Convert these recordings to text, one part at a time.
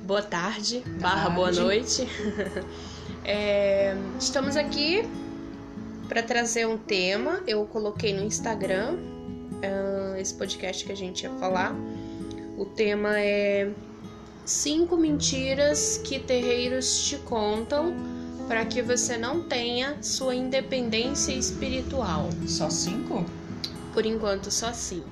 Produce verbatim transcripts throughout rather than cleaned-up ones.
boa tarde, tarde. barra boa noite. é, estamos aqui para trazer um tema. Eu coloquei no Instagram uh, esse podcast que a gente ia falar. O tema é cinco mentiras que terreiros te contam para que você não tenha sua independência espiritual. Só cinco? Por enquanto, só cinco.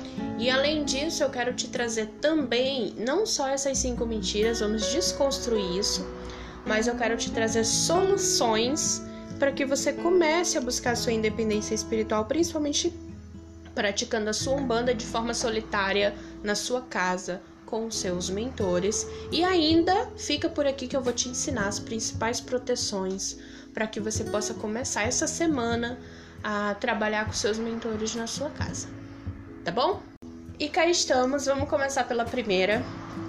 E além disso, eu quero te trazer também, não só essas cinco mentiras, vamos desconstruir isso, mas eu quero te trazer soluções para que você comece a buscar sua independência espiritual, principalmente praticando a sua Umbanda de forma solitária na sua casa, com seus mentores. E ainda fica por aqui que eu vou te ensinar as principais proteções para que você possa começar essa semana a trabalhar com seus mentores na sua casa. Tá bom? E cá estamos, vamos começar pela primeira.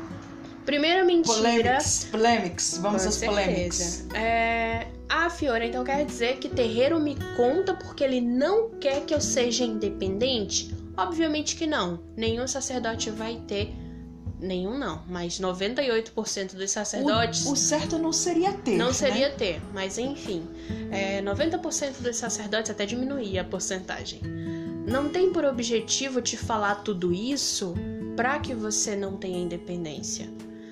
Primeira mentira... Polêmicas, polêmicas, vamos às certeza. polêmicas. É... Ah, Fiora, então quer dizer que terreiro me conta porque ele não quer que eu seja independente? Obviamente que não. Nenhum sacerdote vai ter... Nenhum não, mas noventa e oito por cento dos sacerdotes... O, o certo não seria ter, Não né? seria ter, mas enfim. É, noventa por cento dos sacerdotes, até diminuir a porcentagem, não tem por objetivo te falar tudo isso para que você não tenha independência.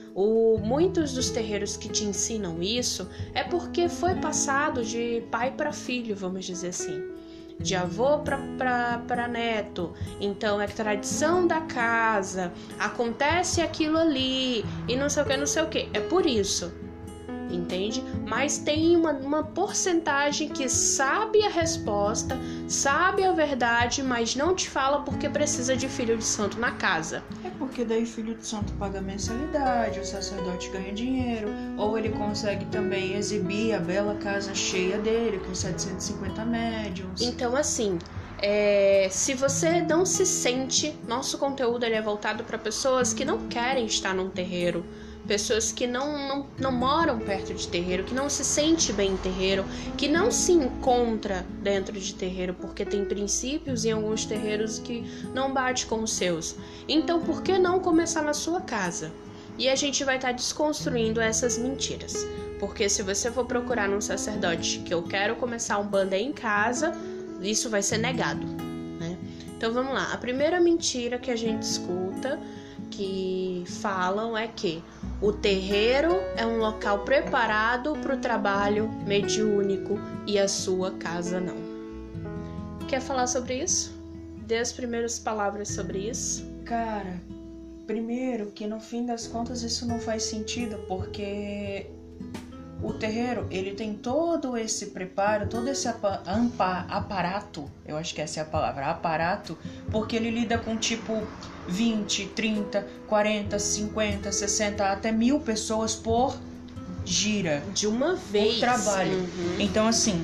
O, muitos dos terreiros que te ensinam isso é porque foi passado de pai para filho, vamos dizer assim. De avô para neto. Então é tradição da casa, acontece aquilo ali e não sei o que, não sei o que. É por isso, entende? Mas tem uma, uma porcentagem que sabe a resposta, sabe a verdade, mas não te fala porque precisa de filho de santo na casa. É porque daí filho de santo paga mensalidade, o sacerdote ganha dinheiro, ou ele consegue também exibir a bela casa cheia dele, com setecentos e cinquenta médiuns. Então assim, é, se você não se sente, nosso conteúdo ele é voltado para pessoas que não querem estar num terreiro, pessoas que não, não, não moram perto de terreiro, que não se sente bem em terreiro, que não se encontra dentro de terreiro, porque tem princípios em alguns terreiros que não bate com os seus. Então, por que não começar na sua casa? E a gente vai estar desconstruindo essas mentiras. Porque se você for procurar num sacerdote que eu quero começar um Umbanda em casa, isso vai ser negado, né? Então, vamos lá. A primeira mentira que a gente escuta, que falam, é que o terreiro é um local preparado para o trabalho mediúnico e a sua casa não. Quer falar sobre isso? Dê as primeiras palavras sobre isso. Cara, primeiro que no fim das contas isso não faz sentido, porque o terreiro, ele tem todo esse preparo, todo esse apa- ampa- aparato, eu acho que essa é a palavra, aparato, porque ele lida com tipo vinte, trinta, quarenta, cinquenta, sessenta, até mil pessoas por gira. De uma vez. Por trabalho. Uhum. Então, assim,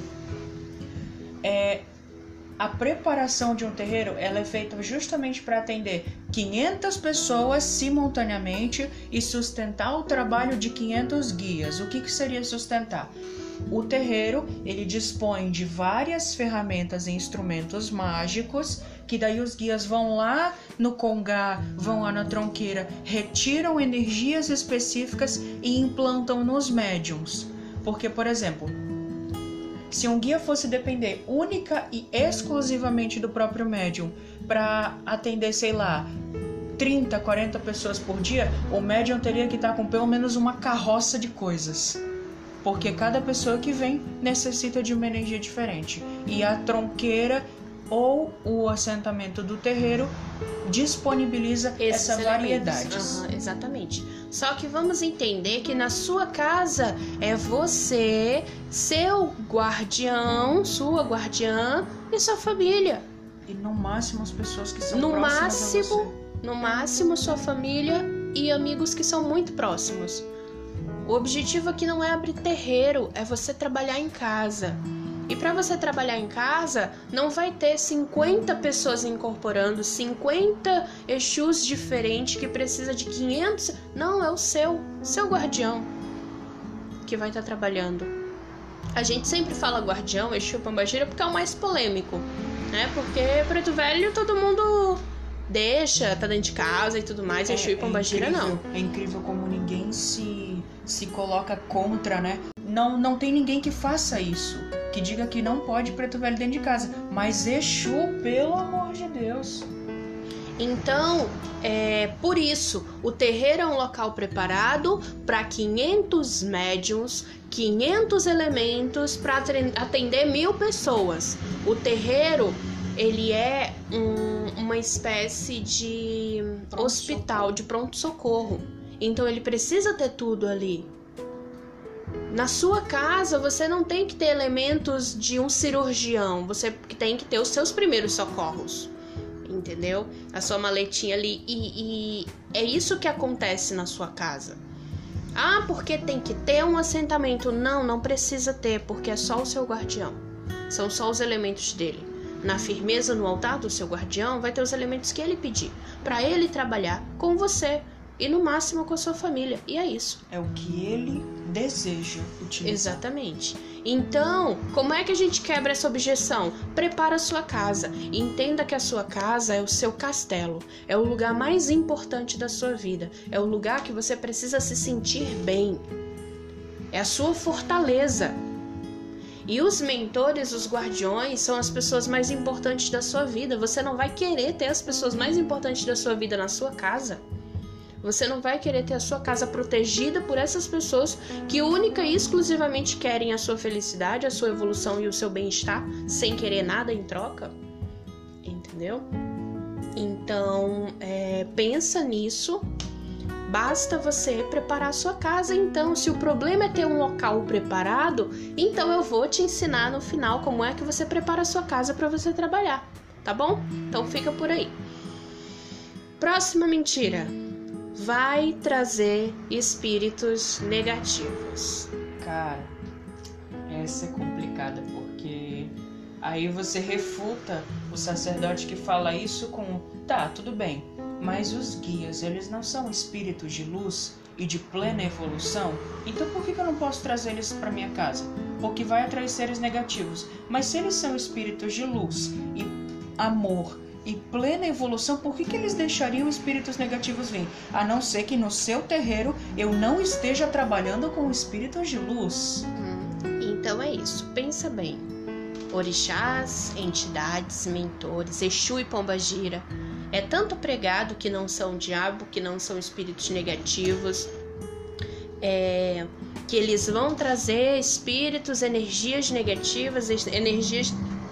é, a preparação de um terreiro, ela é feita justamente para atender quinhentas pessoas simultaneamente e sustentar o trabalho de quinhentos guias. O que, que seria sustentar? O terreiro, ele dispõe de várias ferramentas e instrumentos mágicos, que daí os guias vão lá no congá, vão lá na tronqueira, retiram energias específicas e implantam nos médiums. Porque, por exemplo, se um guia fosse depender única e exclusivamente do próprio médium para atender, sei lá, trinta, quarenta pessoas por dia, o médium teria que estar com pelo menos uma carroça de coisas. Porque cada pessoa que vem necessita de uma energia diferente. E a tronqueira ou o assentamento do terreiro disponibiliza Esses essa variedade. Uhum, exatamente. Só que vamos entender que na sua casa é você, seu guardião, sua guardiã e sua família. E no máximo as pessoas que são No próximas máximo, a você. no máximo sua família e amigos que são muito próximos. O objetivo aqui não é abrir terreiro, é você trabalhar em casa. E para você trabalhar em casa, não vai ter cinquenta pessoas incorporando, cinquenta Exus diferentes que precisa de quinhentos. Não, é o seu, seu guardião que vai estar trabalhando. A gente sempre fala guardião, Exu, Pombagira, porque é o mais polêmico, né? Porque Preto Velho todo mundo deixa, tá dentro de casa e tudo mais, é, Exu e Pombagira não. É incrível como ninguém se, se coloca contra, né? Não, não tem ninguém que faça isso, que diga que não pode preto velho dentro de casa. Mas Exu, pelo amor de Deus. Então, é, por isso, o terreiro é um local preparado para quinhentos médiuns, quinhentos elementos para atender mil pessoas. O terreiro, ele é um, uma espécie de hospital, de pronto-socorro. Então, ele precisa ter tudo ali. Na sua casa, você não tem que ter elementos de um cirurgião, você tem que ter os seus primeiros socorros. Entendeu? A sua maletinha ali. E, e é isso que acontece na sua casa. Ah, porque tem que ter um assentamento. Não, não precisa ter, porque é só o seu guardião. São só os elementos dele. Na firmeza no altar do seu guardião, vai ter os elementos que ele pedir, para ele trabalhar com você e no máximo com a sua família. E é isso. É o que ele deseja utilizar. Exatamente. Então, como é que a gente quebra essa objeção? Prepara a sua casa. Entenda que a sua casa é o seu castelo. É o lugar mais importante da sua vida. É o lugar que você precisa se sentir bem. É a sua fortaleza. E os mentores, os guardiões, são as pessoas mais importantes da sua vida. Você não vai querer ter as pessoas mais importantes da sua vida na sua casa. Você não vai querer ter a sua casa protegida por essas pessoas que única e exclusivamente querem a sua felicidade, a sua evolução e o seu bem-estar, sem querer nada em troca. Entendeu? Então, é, pensa nisso. Basta você preparar a sua casa. Então, se o problema é ter um local preparado, então eu vou te ensinar no final como é que você prepara a sua casa para você trabalhar, tá bom? Então fica por aí. Próxima mentira. Vai trazer espíritos negativos. Cara, essa é complicada, porque aí você refuta o sacerdote que fala isso com: tá, tudo bem, mas os guias, eles não são espíritos de luz e de plena evolução? Então por que eu não posso trazer eles para minha casa? Porque vai atrair seres negativos. Mas se eles são espíritos de luz e amor e plena evolução, por que, que eles deixariam espíritos negativos vir? A não ser que no seu terreiro eu não esteja trabalhando com espíritos de luz. Hum, então é isso, pensa bem. Orixás, entidades, mentores, Exu e Pombagira, é tanto pregado que não são diabo, que não são espíritos negativos, é, que eles vão trazer espíritos, energias negativas, energias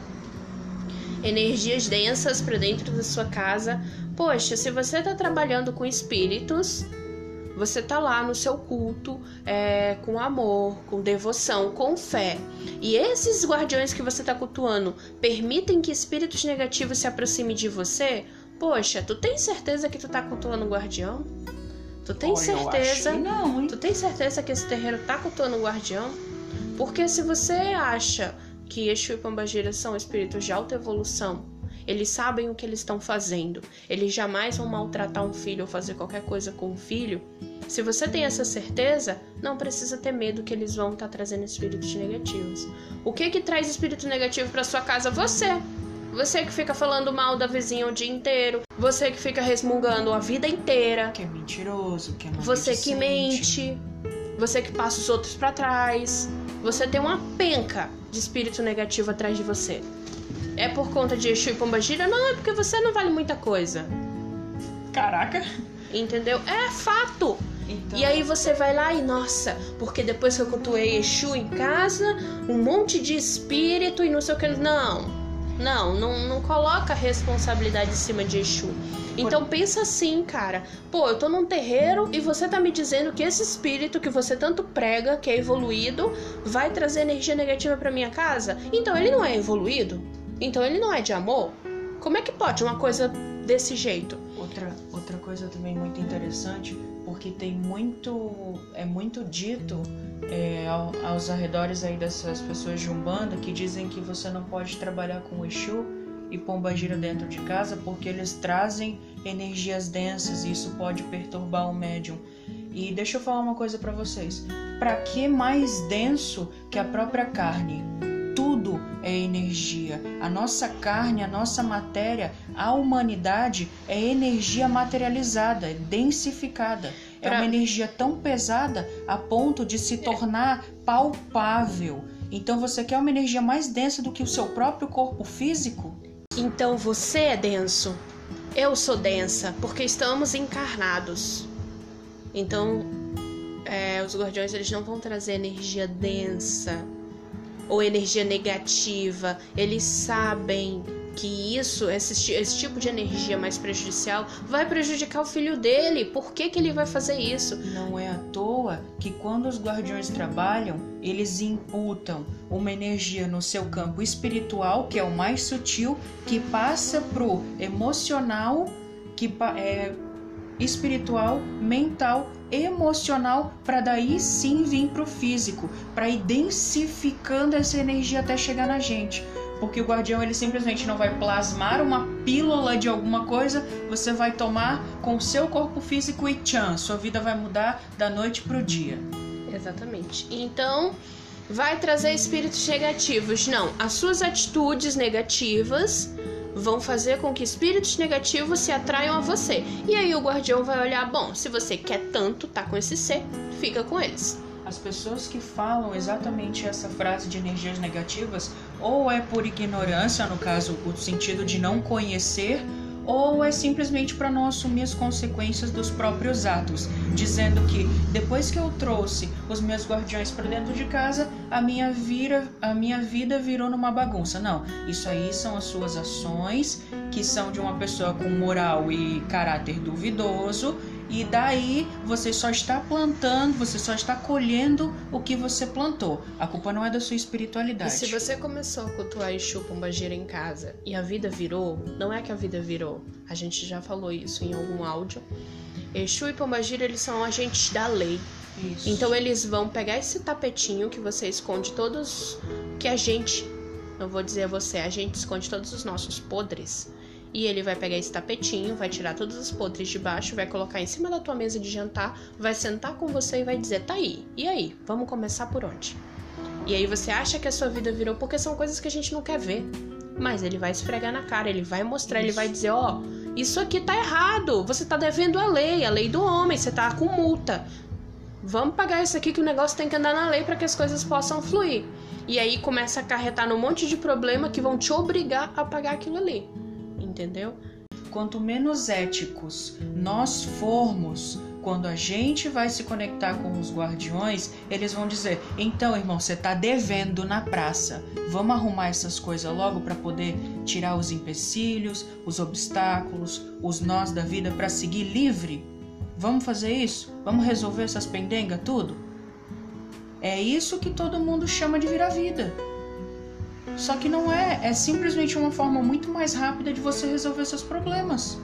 energias densas para dentro da sua casa. Poxa, se você tá trabalhando com espíritos, você tá lá no seu culto, é, com amor, com devoção, com fé, e esses guardiões que você tá cultuando permitem que espíritos negativos se aproximem de você, poxa, tu tem certeza que tu tá cultuando um guardião? Tu tem Olha, certeza? Eu acho que não, hein? Tu tem certeza que esse terreiro tá cultuando um guardião? Porque se você acha que Exu e Pombagira são espíritos de alta evolução, eles sabem o que eles estão fazendo, eles jamais vão maltratar um filho ou fazer qualquer coisa com um filho. Se você tem essa certeza, não precisa ter medo que eles vão estar trazendo espíritos negativos. O que que traz espírito negativo para sua casa? Você. Você que fica falando mal da vizinha o dia inteiro, você que fica resmungando a vida inteira, que é mentiroso, que é maledicente. Você que mente, você que passa os outros para trás. Você tem uma penca de espírito negativo atrás de você. É por conta de Exu e Pombagira? Não, é porque você não vale muita coisa. Caraca. Entendeu? É fato. Então... E aí você vai lá e, nossa, porque depois que eu cultuei Exu em casa, um monte de espírito e não sei o que. Não, não, não, não coloca a responsabilidade em cima de Exu. Então Por... pensa assim, cara. Pô, eu tô num terreiro e você tá me dizendo que esse espírito que você tanto prega, que é evoluído, vai trazer energia negativa pra minha casa? Então ele não é evoluído? Então ele não é de amor? Como é que pode uma coisa desse jeito? Outra, outra coisa também muito interessante, porque tem muito, é muito dito é, aos arredores aí dessas pessoas de Umbanda que dizem que você não pode trabalhar com Exu e Pombagira dentro de casa porque eles trazem energias densas e isso pode perturbar o médium. E deixa eu falar uma coisa pra vocês. Pra que mais denso que a própria carne? Tudo tudo é energia. A nossa carne, a nossa matéria, a humanidade é energia materializada, é densificada. É uma energia tão pesada a ponto de se tornar palpável. Então você quer uma energia mais densa do que o seu próprio corpo físico? Então você é denso. Eu sou densa, porque estamos encarnados. Então, é, os guardiões eles não vão trazer energia densa ou energia negativa. Eles sabem que isso, esse, esse tipo de energia mais prejudicial vai prejudicar o filho dele. Por que que ele vai fazer isso? Não é à toa que quando os guardiões trabalham, eles imputam uma energia no seu campo espiritual, que é o mais sutil, que passa pro emocional, que é espiritual, mental, emocional, para daí sim vir pro físico, para ir densificando essa energia até chegar na gente. Porque o guardião ele simplesmente não vai plasmar uma pílula de alguma coisa, você vai tomar com o seu corpo físico e tchan, sua vida vai mudar da noite pro dia. Exatamente. Então, vai trazer espíritos negativos. Não, as suas atitudes negativas vão fazer com que espíritos negativos se atraiam a você. E aí o guardião vai olhar, bom, se você quer tanto tá com esse ser, fica com eles. As pessoas que falam exatamente essa frase de energias negativas, ou é por ignorância, no caso, o sentido de não conhecer, ou é simplesmente para não assumir as consequências dos próprios atos, dizendo que depois que eu trouxe os meus guardiões para dentro de casa, a minha, vira, a minha vida virou numa bagunça. Não, isso aí são as suas ações, que são de uma pessoa com moral e caráter duvidoso, e daí você só está plantando, você só está colhendo o que você plantou. A culpa não é da sua espiritualidade. E se você começou a cultuar Exu Pombagira em casa e a vida virou, não é que a vida virou, a gente já falou isso em algum áudio. Exu e Pombagira, eles são agentes da lei. Isso. Então eles vão pegar esse tapetinho que você esconde todos, que a gente, não vou dizer você, a gente esconde todos os nossos podres. E ele vai pegar esse tapetinho, vai tirar todos os podres de baixo, vai colocar em cima da tua mesa de jantar, vai sentar com você e vai dizer, tá aí, e aí? Vamos começar por onde? E aí você acha que a sua vida virou porque são coisas que a gente não quer ver. Mas ele vai esfregar na cara, ele vai mostrar, isso. Ele vai dizer, ó, oh, isso aqui tá errado, você tá devendo a lei, a lei do homem, você tá com multa. Vamos pagar isso aqui que o negócio tem que andar na lei para que as coisas possam fluir. E aí começa a acarretar num monte de problema que vão te obrigar a pagar aquilo ali. Entendeu? Quanto menos éticos nós formos, quando a gente vai se conectar com os guardiões, eles vão dizer, então irmão, você tá devendo na praça, vamos arrumar essas coisas logo para poder tirar os empecilhos, os obstáculos, os nós da vida para seguir livre? Vamos fazer isso? Vamos resolver essas pendengas tudo? É isso que todo mundo chama de virar vida. Só que não é, é simplesmente uma forma muito mais rápida de você resolver seus problemas.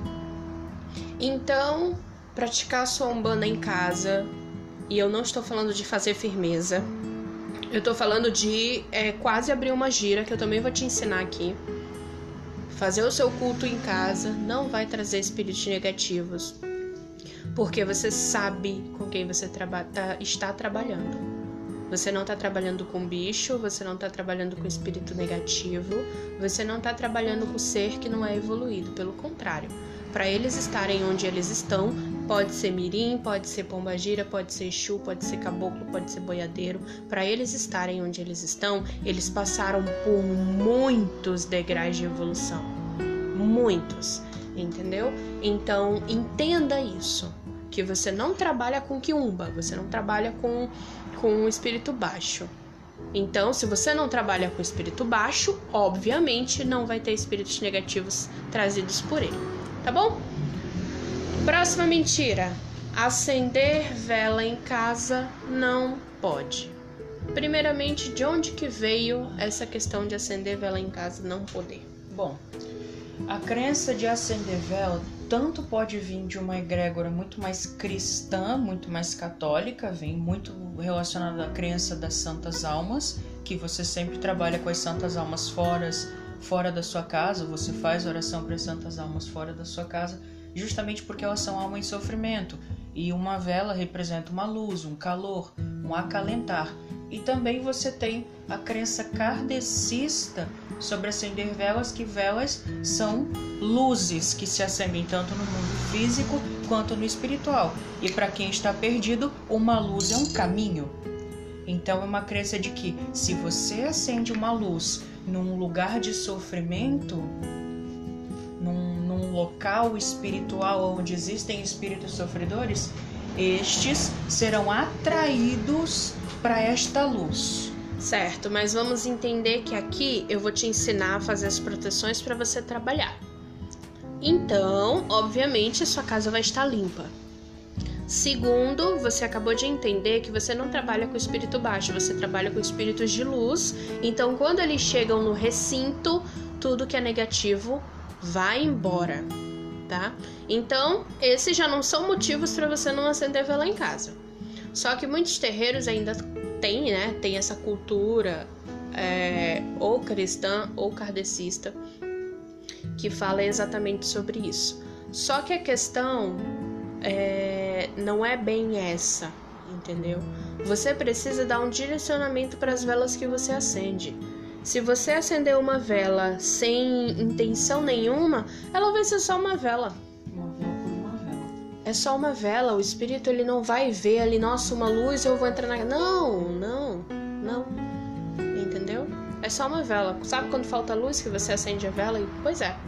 Então, praticar a sua umbanda em casa, e eu não estou falando de fazer firmeza, eu estou falando de é, quase abrir uma gira, que eu também vou te ensinar aqui. Fazer o seu culto em casa não vai trazer espíritos negativos, porque você sabe com quem você traba- tá, está trabalhando. Você não está trabalhando com bicho, você não está trabalhando com espírito negativo, você não está trabalhando com ser que não é evoluído, pelo contrário. Para eles estarem onde eles estão, pode ser mirim, pode ser pombagira, pode ser exu, pode ser caboclo, pode ser boiadeiro. Para eles estarem onde eles estão, eles passaram por muitos degraus de evolução. Muitos, entendeu? Então, entenda isso, que você não trabalha com quiumba, você não trabalha com... com o espírito baixo. Então, se você não trabalha com espírito baixo, obviamente não vai ter espíritos negativos trazidos por ele, tá bom? Próxima mentira. Acender vela em casa não pode. Primeiramente, de onde que veio essa questão de acender vela em casa não poder? Bom, a crença de acender vela tanto pode vir de uma egrégora muito mais cristã, muito mais católica, vem muito relacionada à crença das santas almas, que você sempre trabalha com as santas almas fora, fora da sua casa, você faz oração para as santas almas fora da sua casa, justamente porque elas são almas em sofrimento, e uma vela representa uma luz, um calor, um acalentar. E também você tem a crença kardecista sobre acender velas, que velas são luzes que se acendem tanto no mundo físico quanto no espiritual. E para quem está perdido, uma luz é um caminho. Então é uma crença de que se você acende uma luz num lugar de sofrimento, num, num local espiritual onde existem espíritos sofredores, estes serão atraídos para esta luz. Certo, mas vamos entender que aqui eu vou te ensinar a fazer as proteções para você trabalhar. Então, obviamente, a sua casa vai estar limpa. Segundo, você acabou de entender que você não trabalha com espírito baixo, você trabalha com espíritos de luz. Então, quando eles chegam no recinto, tudo que é negativo vai embora, tá? Então, esses já não são motivos para você não acender vela em casa. Só que muitos terreiros ainda têm, né? Tem essa cultura é, ou cristã ou kardecista que fala exatamente sobre isso. Só que a questão é, não é bem essa, entendeu? Você precisa dar um direcionamento para as velas que você acende. Se você acender uma vela sem intenção nenhuma, ela vai ser só uma vela. Uma vela por uma vela. É só uma vela. O espírito ele não vai ver ali, nossa, uma luz, eu vou entrar na... Não, não, não. Entendeu? É só uma vela. Sabe quando falta luz que você acende a vela? Pois é.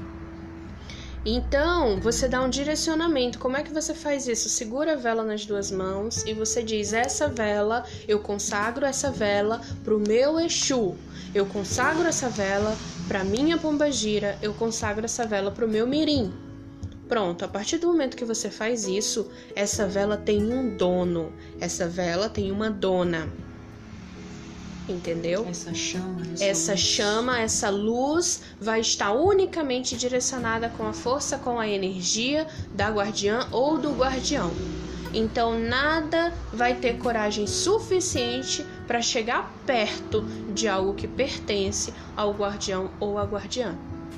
Então, você dá um direcionamento. Como é que você faz isso? Segura a vela nas duas mãos e você diz: essa vela, eu consagro essa vela pro meu Exu. Eu consagro essa vela pra minha pombagira. Eu consagro essa vela pro meu mirim. Pronto, a partir do momento que você faz isso, essa vela tem um dono. Essa vela tem uma dona. Entendeu? Essa chama, essa, essa luz. chama, essa luz vai estar unicamente direcionada com a força, com a energia da guardiã ou do guardião. Então nada vai ter coragem suficiente para chegar perto de algo que pertence ao guardião ou à guardiã.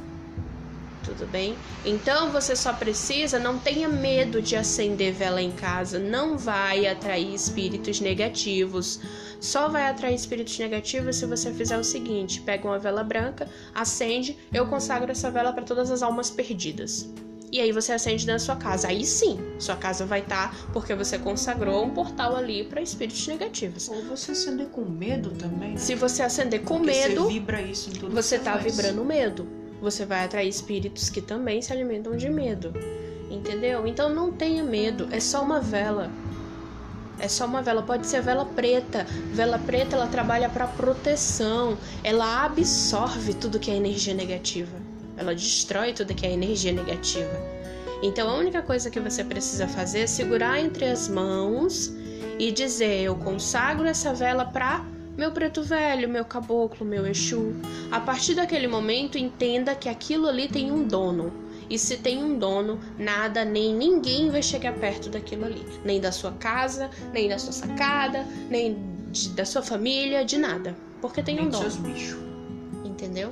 Tudo bem? Então você só precisa, não tenha medo de acender vela em casa, não vai atrair espíritos negativos. Só vai atrair espíritos negativos se você fizer o seguinte: pega uma vela branca, acende, eu consagro essa vela para todas as almas perdidas. E aí você acende na sua casa. Aí sim, sua casa vai estar, porque você consagrou um portal ali para espíritos negativos. Ou você acender com medo também, né? Se você acender com porque medo, você vibra isso em tudo você que tá faz. vibrando medo. Você vai atrair espíritos que também se alimentam de medo. Entendeu? Então não tenha medo, é só uma vela. É só uma vela, pode ser vela preta. Vela preta, ela trabalha para proteção. Ela absorve tudo que é energia negativa. Ela destrói tudo que é energia negativa. Então a única coisa que você precisa fazer é segurar entre as mãos e dizer: eu consagro essa vela para meu preto velho, meu caboclo, meu Exu. A partir daquele momento, entenda que aquilo ali tem um dono. E se tem um dono, nada, nem ninguém vai chegar perto daquilo ali. Nem da sua casa, nem da sua sacada, nem de, da sua família, de nada. Porque tem um nem dono. seus bichos. Entendeu?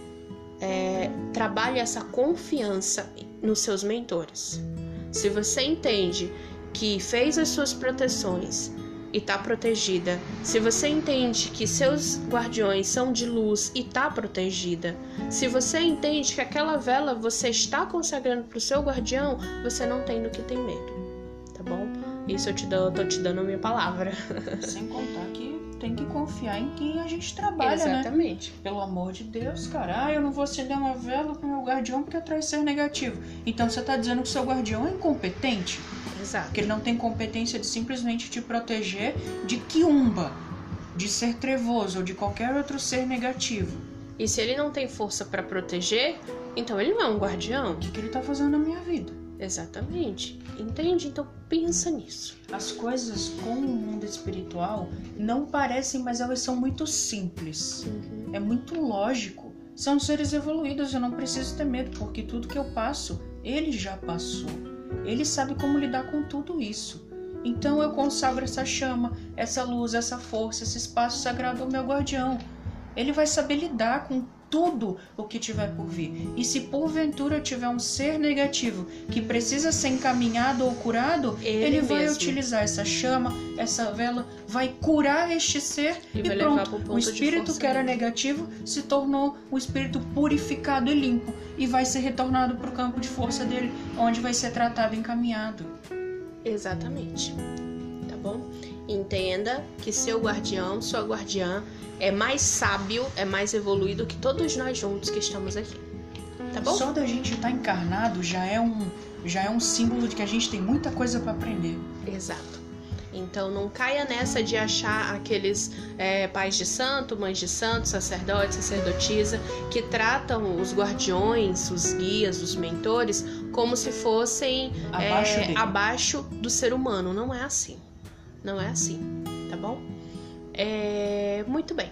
É, trabalhe essa confiança nos seus mentores. Se você entende que fez as suas proteções e tá protegida, se você entende que seus guardiões são de luz e tá protegida, se você entende que aquela vela você está consagrando pro seu guardião, você não tem do que ter medo, tá bom? Isso eu te dou, tô te dando a minha palavra. Sem contar que tem que confiar em quem a gente trabalha, Exatamente. né? Pelo amor de Deus, cara. Ah, eu não vou acender uma vela pro meu guardião porque atrai ser negativo. Então você tá dizendo que o seu guardião é incompetente? Exato. Que ele não tem competência de simplesmente te proteger de quiumba, de ser trevoso ou de qualquer outro ser negativo. E se ele não tem força para proteger, então ele não é um guardião. O que, que ele tá fazendo na minha vida? Exatamente. Entende? Então pensa nisso. As coisas com o mundo espiritual não parecem, mas elas são muito simples. Uhum. É muito lógico. São seres evoluídos, eu não preciso ter medo, porque tudo que eu passo, ele já passou. Ele sabe como lidar com tudo isso. Então eu consagro essa chama, essa luz, essa força, esse espaço sagrado ao meu guardião. Ele vai saber lidar com tudo o que tiver por vir. E se porventura tiver um ser negativo que precisa ser encaminhado ou curado, ele, ele vai mesmo. utilizar essa chama, essa vela, vai curar este ser e, e pronto. O espírito que era dele. negativo se tornou um espírito purificado e limpo e vai ser retornado para o campo de força dele, onde vai ser tratado e encaminhado. Exatamente. Tá bom? Entenda que seu guardião, sua guardiã é mais sábio, é mais evoluído que todos nós juntos que estamos aqui. Tá bom? Só da gente estar encarnado já é um, já é um símbolo de que a gente tem muita coisa para aprender. Exato. Então não caia nessa de achar aqueles é, pais de santo, mães de santo, sacerdotes, sacerdotisa, que tratam os guardiões, os guias, os mentores, como se fossem abaixo, é, abaixo do ser humano. Não é assim. Não é assim, tá bom? É... Muito bem.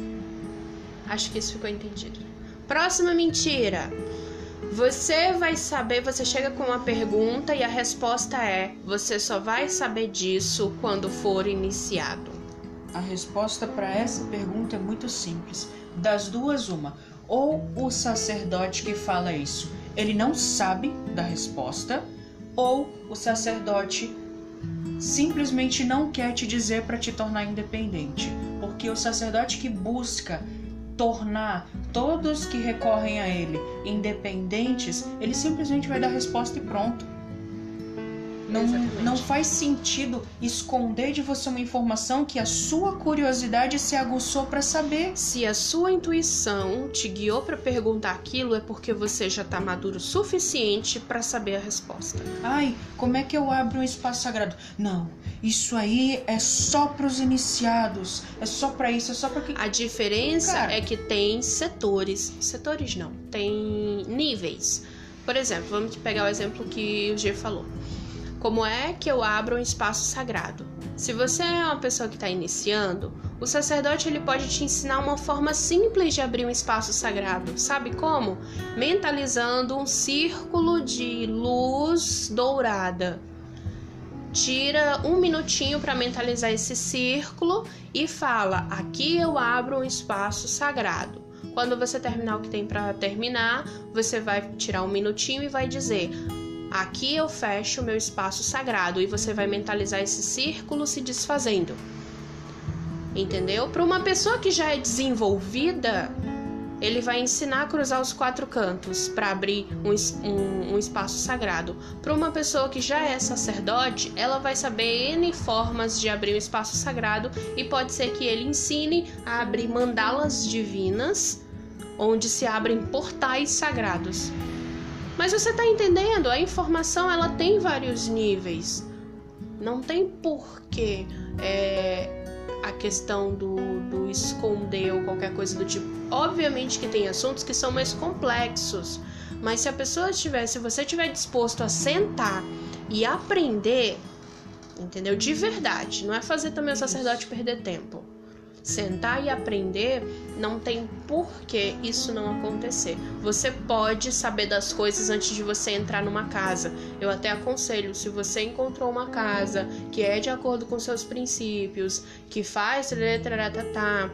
Acho que isso ficou entendido. Próxima mentira. Você vai saber, você chega com uma pergunta e a resposta é: você só vai saber disso quando for iniciado. A resposta para essa pergunta é muito simples. Das duas, uma. Ou o sacerdote que fala isso, ele não sabe da resposta, ou o sacerdote simplesmente não quer te dizer para te tornar independente. Porque o sacerdote que busca tornar todos que recorrem a ele independentes, ele simplesmente vai dar resposta e pronto. Não, não faz sentido esconder de você uma informação que a sua curiosidade se aguçou para saber. Se a sua intuição te guiou para perguntar aquilo, é porque você já está maduro o suficiente para saber a resposta. Ai, como é que eu abro um espaço sagrado? Não, isso aí é só para os iniciados, é só para isso, é só para quem... A diferença Cara... é que tem setores, setores não, tem níveis. Por exemplo, vamos pegar o exemplo que o G falou. Como é que eu abro um espaço sagrado? Se você é uma pessoa que está iniciando, o sacerdote ele pode te ensinar uma forma simples de abrir um espaço sagrado. Sabe como? Mentalizando um círculo de luz dourada. Tira um minutinho para mentalizar esse círculo e fala: aqui eu abro um espaço sagrado. Quando você terminar o que tem para terminar, você vai tirar um minutinho e vai dizer: aqui eu fecho o meu espaço sagrado, e você vai mentalizar esse círculo se desfazendo. Entendeu? Para uma pessoa que já é desenvolvida, ele vai ensinar a cruzar os quatro cantos para abrir um, um, um espaço sagrado. Para uma pessoa que já é sacerdote, ela vai saber N formas de abrir um espaço sagrado, e pode ser que ele ensine a abrir mandalas divinas, onde se abrem portais sagrados. Mas você tá entendendo? A informação, ela tem vários níveis. Não tem porquê é, a questão do, do esconder ou qualquer coisa do tipo. Obviamente que tem assuntos que são mais complexos. Mas se a pessoa estiver, se você estiver disposto a sentar e aprender, entendeu? De verdade. Não é fazer também o sacerdote perder tempo. Sentar e aprender, não tem por que isso não acontecer. Você pode saber das coisas antes de você entrar numa casa. Eu até aconselho, se você encontrou uma casa que é de acordo com seus princípios, que faz tá,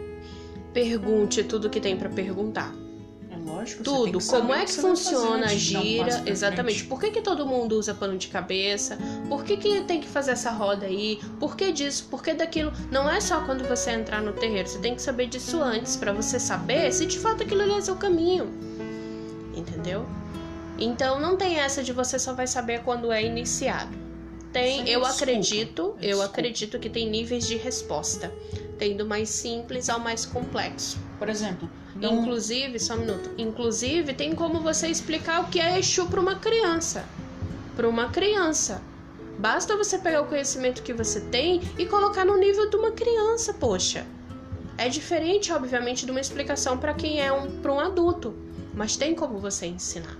pergunte tudo que tem para perguntar. Lógico, tudo, como é que funciona a gira, exatamente, por que que todo mundo usa pano de cabeça, por que que tem que fazer essa roda aí, por que disso, por que daquilo. Não é só quando você entrar no terreiro, você tem que saber disso antes, pra você saber se de fato aquilo ali é seu caminho, entendeu? Então não tem essa de você só vai saber quando é iniciado. Tem, eu acredito, eu acredito que tem níveis de resposta, tem do mais simples ao mais complexo. Por exemplo, não... Inclusive, só um minuto. Inclusive, tem como você explicar o que é Exu para uma criança. Para uma criança. Basta você pegar o conhecimento que você tem e colocar no nível de uma criança, poxa. É diferente, obviamente, de uma explicação para quem é um, para um adulto. Mas tem como você ensinar.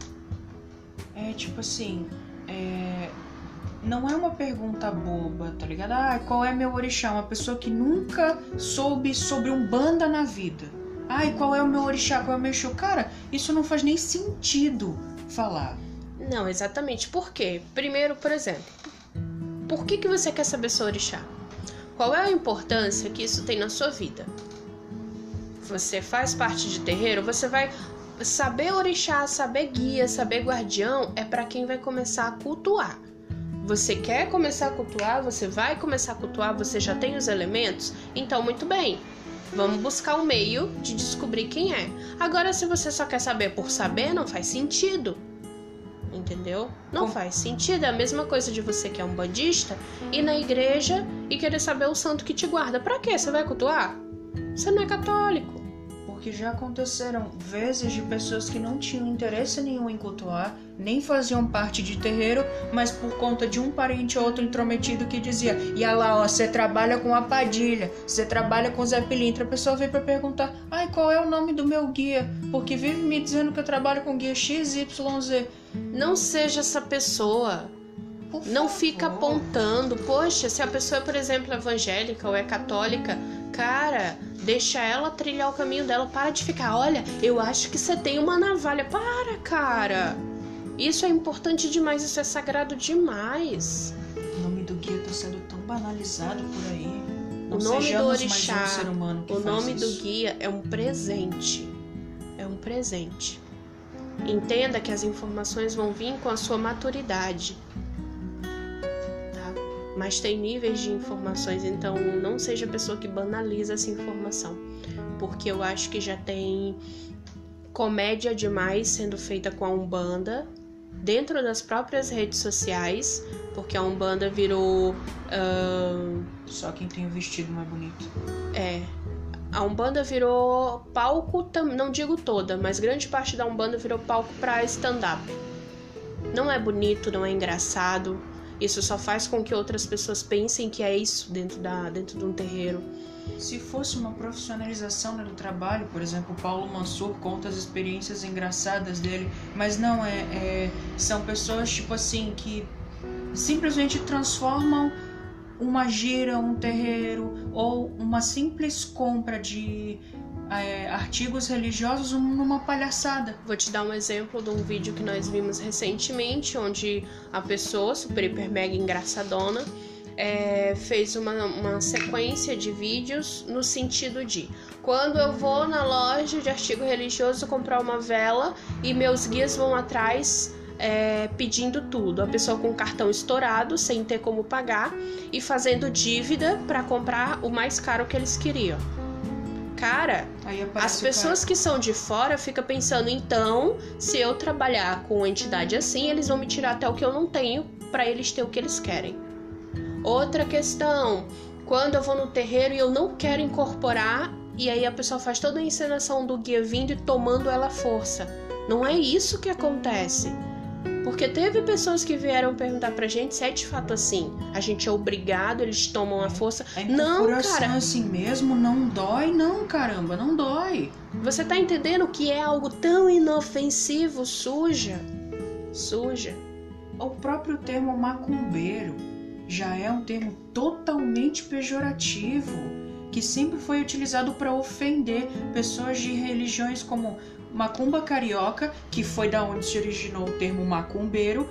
É tipo assim, é... não é uma pergunta boba, tá ligado? Ah, qual é meu orixá? Uma pessoa que nunca soube sobre Umbanda na vida. Ai, qual é o meu orixá? Qual é o meu Exu? Cara, isso não faz nem sentido falar. Não, exatamente. Por quê? Primeiro, por exemplo, por que que você quer saber seu orixá? Qual é a importância que isso tem na sua vida? você faz parte de terreiro, você vai saber orixá, saber guia, saber guardião, é para quem vai começar a cultuar. Você quer começar a cultuar, você vai começar a cultuar, você já tem os elementos? Então, muito bem. Vamos buscar um meio de descobrir quem é. Agora, se você só quer saber por saber, não faz sentido. Entendeu? Não Com... faz sentido. É a mesma coisa de você que é um bandista ir na igreja e querer saber o santo que te guarda. Pra quê? Você vai cultuar? Você não é católico. Porque já aconteceram vezes de pessoas que não tinham interesse nenhum em cultuar, nem faziam parte de terreiro, mas por conta de um parente ou outro intrometido que dizia: e lá, ó, você trabalha com a Padilha, você trabalha com o Zé Pilintra. A pessoa veio pra perguntar: ai, qual é o nome do meu guia? Porque vive me dizendo que eu trabalho com guia X Y Z. Não seja essa pessoa. Por não favor. Fica apontando. Poxa, se a pessoa é, por exemplo, evangélica ou é católica, cara, deixa ela trilhar o caminho dela. Para de ficar: olha, eu acho que você tem uma navalha. Para, cara. Isso é importante demais, isso é sagrado demais. O nome do guia tá sendo tão banalizado por aí. Não o nome do orixá, mais um ser humano que o faz nome isso. do guia é um presente. É um presente. Entenda que as informações vão vir com a sua maturidade. Mas tem níveis de informações, então não seja a pessoa que banaliza essa informação, porque eu acho que já tem comédia demais sendo feita com a Umbanda dentro das próprias redes sociais, porque a Umbanda virou uh... só quem tem o vestido mais bonito. É, a Umbanda virou palco, não digo toda, mas grande parte da Umbanda virou palco para stand-up. Não é bonito, não é engraçado. Isso só faz com que outras pessoas pensem que é isso dentro, da, dentro de um terreiro. Se fosse uma profissionalização, né, do trabalho, por exemplo, o Paulo Mansur conta as experiências engraçadas dele, mas não, é, é são pessoas tipo assim que simplesmente transformam uma gira, um terreiro ou uma simples compra de é, artigos religiosos numa palhaçada. Vou te dar um exemplo de um vídeo que nós vimos recentemente, onde a pessoa, super, hiper, mega engraçadona, é, fez uma, uma sequência de vídeos no sentido de: quando eu vou na loja de artigo religioso comprar uma vela e meus guias vão atrás é, pedindo tudo. A pessoa com o cartão estourado, sem ter como pagar, e fazendo dívida para comprar o mais caro que eles queriam. Cara, as pessoas que são de fora ficam pensando: então, se eu trabalhar com uma entidade assim, eles vão me tirar até o que eu não tenho para eles ter o que eles querem. Outra questão: quando eu vou no terreiro e eu não quero incorporar, e aí a pessoa faz toda a encenação do guia vindo e tomando ela à força. Não é isso que acontece. Porque teve pessoas que vieram perguntar pra gente se é de fato assim. A gente é obrigado, eles tomam a força. A não, cara. assim mesmo não dói, não, caramba, não dói. Você tá entendendo que é algo tão inofensivo? Suja. Suja. O próprio termo macumbeiro já é um termo totalmente pejorativo, que sempre foi utilizado para ofender pessoas de religiões como Macumba Carioca, que foi da onde se originou o termo macumbeiro,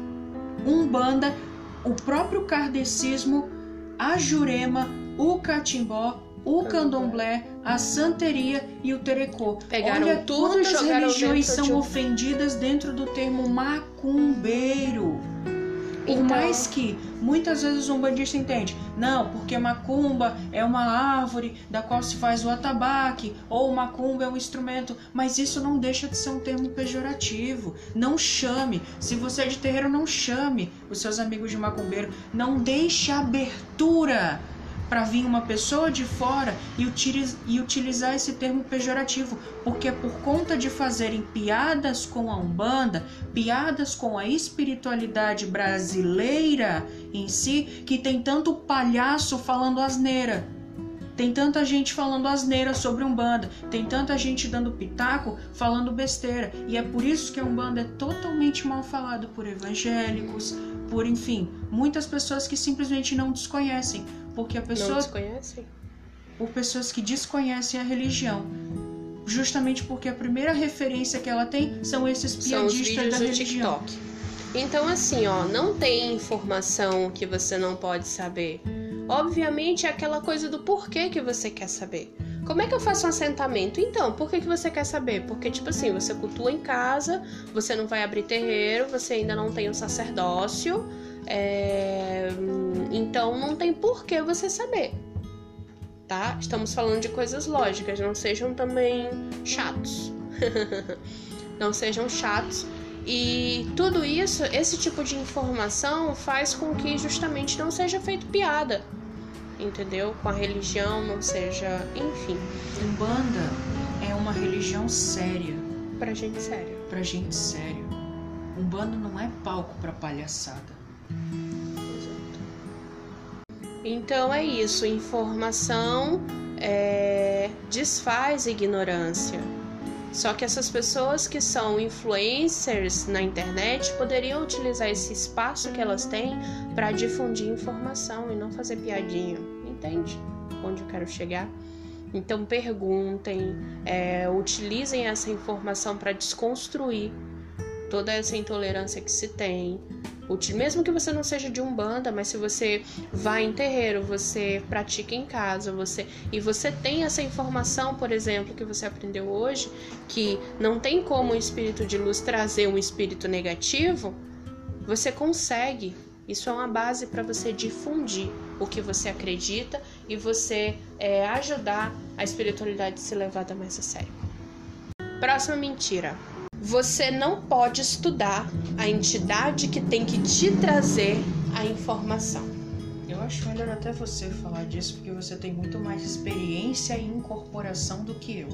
Umbanda, o próprio kardecismo, a Jurema, o Catimbó, o Candomblé, a Santeria e o Terecô. Pegaram Olha tudo e quantas jogaram religiões dentro são de um... ofendidas dentro do termo macumbeiro. Por Então... mais que muitas vezes um bandista entende: não, porque macumba é uma árvore da qual se faz o atabaque, ou macumba é um instrumento, mas isso não deixa de ser um termo pejorativo. Não chame, se você é de terreiro, não chame os seus amigos de macumbeiro, não deixe abertura para vir uma pessoa de fora e, utiliz, e utilizar esse termo pejorativo, porque é por conta de fazerem piadas com a Umbanda, piadas com a espiritualidade brasileira em si, que tem tanto palhaço falando asneira. Tem tanta gente falando asneira sobre Umbanda, tem tanta gente dando pitaco falando besteira, e é por isso que a Umbanda é totalmente mal falada por evangélicos, por, enfim, muitas pessoas que simplesmente não desconhecem, porque a pessoa... Não desconhecem? Por pessoas que desconhecem a religião, justamente porque a primeira referência que ela tem são esses piadistas da religião. TikTok. Então, assim, ó, não tem informação que você não pode saber. Obviamente é aquela coisa do porquê que você quer saber. Como é que eu faço um assentamento? Então, por que, que você quer saber? Porque, tipo assim, você cultua em casa, você não vai abrir terreiro, você ainda não tem um sacerdócio, é... então não tem por que você saber, tá? Estamos falando de coisas lógicas, não sejam também chatos. Não sejam chatos. E tudo isso, esse tipo de informação faz com que justamente não seja feito piada, entendeu? Com a religião, não seja... Enfim. Umbanda é uma religião séria. Pra gente séria. Pra gente séria. Umbanda não é palco pra palhaçada. Exato. Então é isso. Informação é... desfaz ignorância. Só que essas pessoas que são influencers na internet poderiam utilizar esse espaço que elas têm para difundir informação e não fazer piadinha, entende? Onde eu quero chegar? Então perguntem, é, utilizem essa informação para desconstruir toda essa intolerância que se tem. Mesmo que você não seja de Umbanda, mas se você vai em terreiro, você pratica em casa, você e você tem essa informação, por exemplo, que você aprendeu hoje, que não tem como o espírito de luz trazer um espírito negativo, você consegue. Isso é uma base para você difundir o que você acredita e você é, ajudar a espiritualidade a ser levada mais a sério. Próxima mentira. Você não pode estudar a entidade que tem que te trazer a informação. Eu acho melhor até você falar disso, porque você tem muito mais experiência em incorporação do que eu.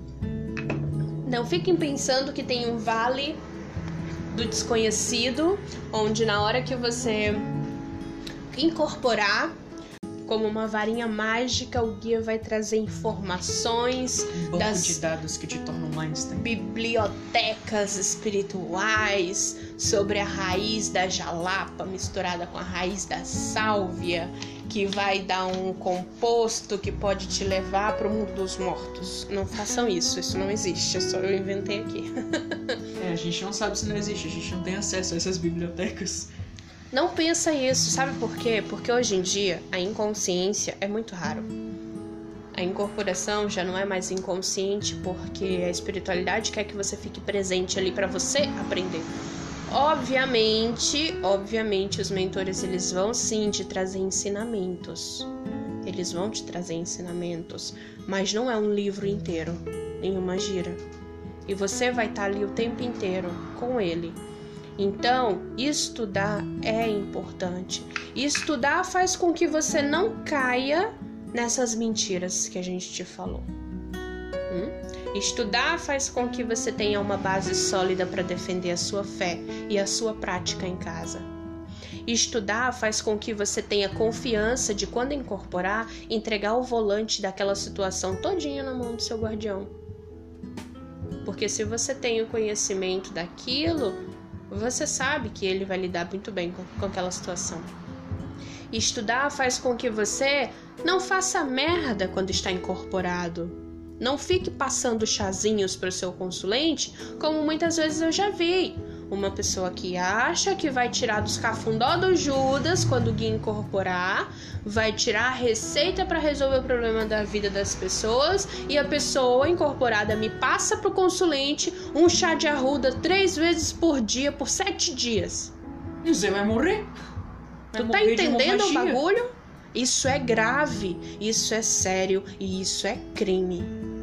Não fiquem pensando que tem um vale do desconhecido, onde na hora que você incorporar, como uma varinha mágica, o guia vai trazer informações um banco das de dados que te tornam Einstein. Bibliotecas espirituais sobre a raiz da jalapa misturada com a raiz da sálvia, que vai dar um composto que pode te levar para o mundo dos mortos. Não façam isso, isso não existe, só eu inventei aqui. É, a gente não sabe se não existe, a gente não tem acesso a essas bibliotecas. Não pensa isso, sabe por quê? Porque hoje em dia a inconsciência é muito raro. A incorporação já não é mais inconsciente porque a espiritualidade quer que você fique presente ali para você aprender. Obviamente, obviamente os mentores eles vão sim te trazer ensinamentos. Eles vão te trazer ensinamentos, mas não é um livro inteiro, em uma gira. E você vai estar ali o tempo inteiro com ele. Então, estudar é importante. Estudar faz com que você não caia nessas mentiras que a gente te falou. Hum? Estudar faz com que você tenha uma base sólida para defender a sua fé e a sua prática em casa. Estudar faz com que você tenha confiança de, quando incorporar, entregar o volante daquela situação todinha na mão do seu guardião. Porque se você tem o conhecimento daquilo, você sabe que ele vai lidar muito bem com, com aquela situação. Estudar faz com que você não faça merda quando está incorporado. Não fique passando chazinhos para o seu consulente, como muitas vezes eu já vi. Uma pessoa que acha que vai tirar dos cafundó do Judas quando o guia incorporar, vai tirar a receita para resolver o problema da vida das pessoas, e a pessoa incorporada me passa pro consulente um chá de arruda três vezes por dia por sete dias. E você vai morrer? Vai tu morrer tá entendendo o bagulho? Isso é grave, isso é sério e isso é crime.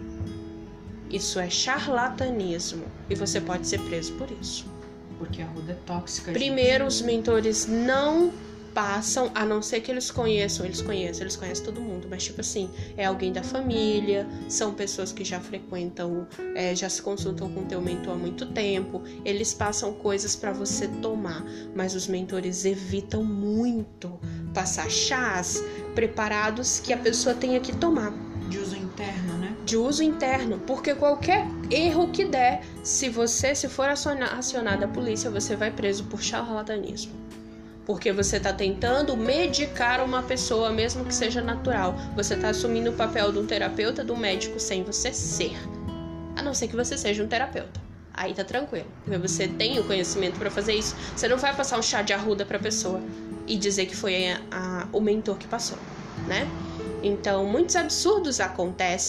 Isso é charlatanismo e você pode ser preso por isso. Porque a arruda é tóxica. Primeiro, gente. Os mentores não passam, a não ser que eles conheçam, eles conhecem, eles conhecem todo mundo, mas tipo assim, é alguém da família, são pessoas que já frequentam, é, já se consultam com o teu mentor há muito tempo, eles passam coisas para você tomar, mas os mentores evitam muito passar chás preparados que a pessoa tenha que tomar. De uso interno, né? De uso interno, porque qualquer erro que der, se você se for acionada a polícia, você vai preso por charlatanismo. Porque você está tentando medicar uma pessoa, mesmo que seja natural. Você está assumindo o papel de um terapeuta, de um médico, sem você ser. A não ser que você seja um terapeuta. Aí tá tranquilo, porque você tem o conhecimento para fazer isso. Você não vai passar um chá de arruda para a pessoa e dizer que foi a, a, o mentor que passou, né? Então, muitos absurdos acontecem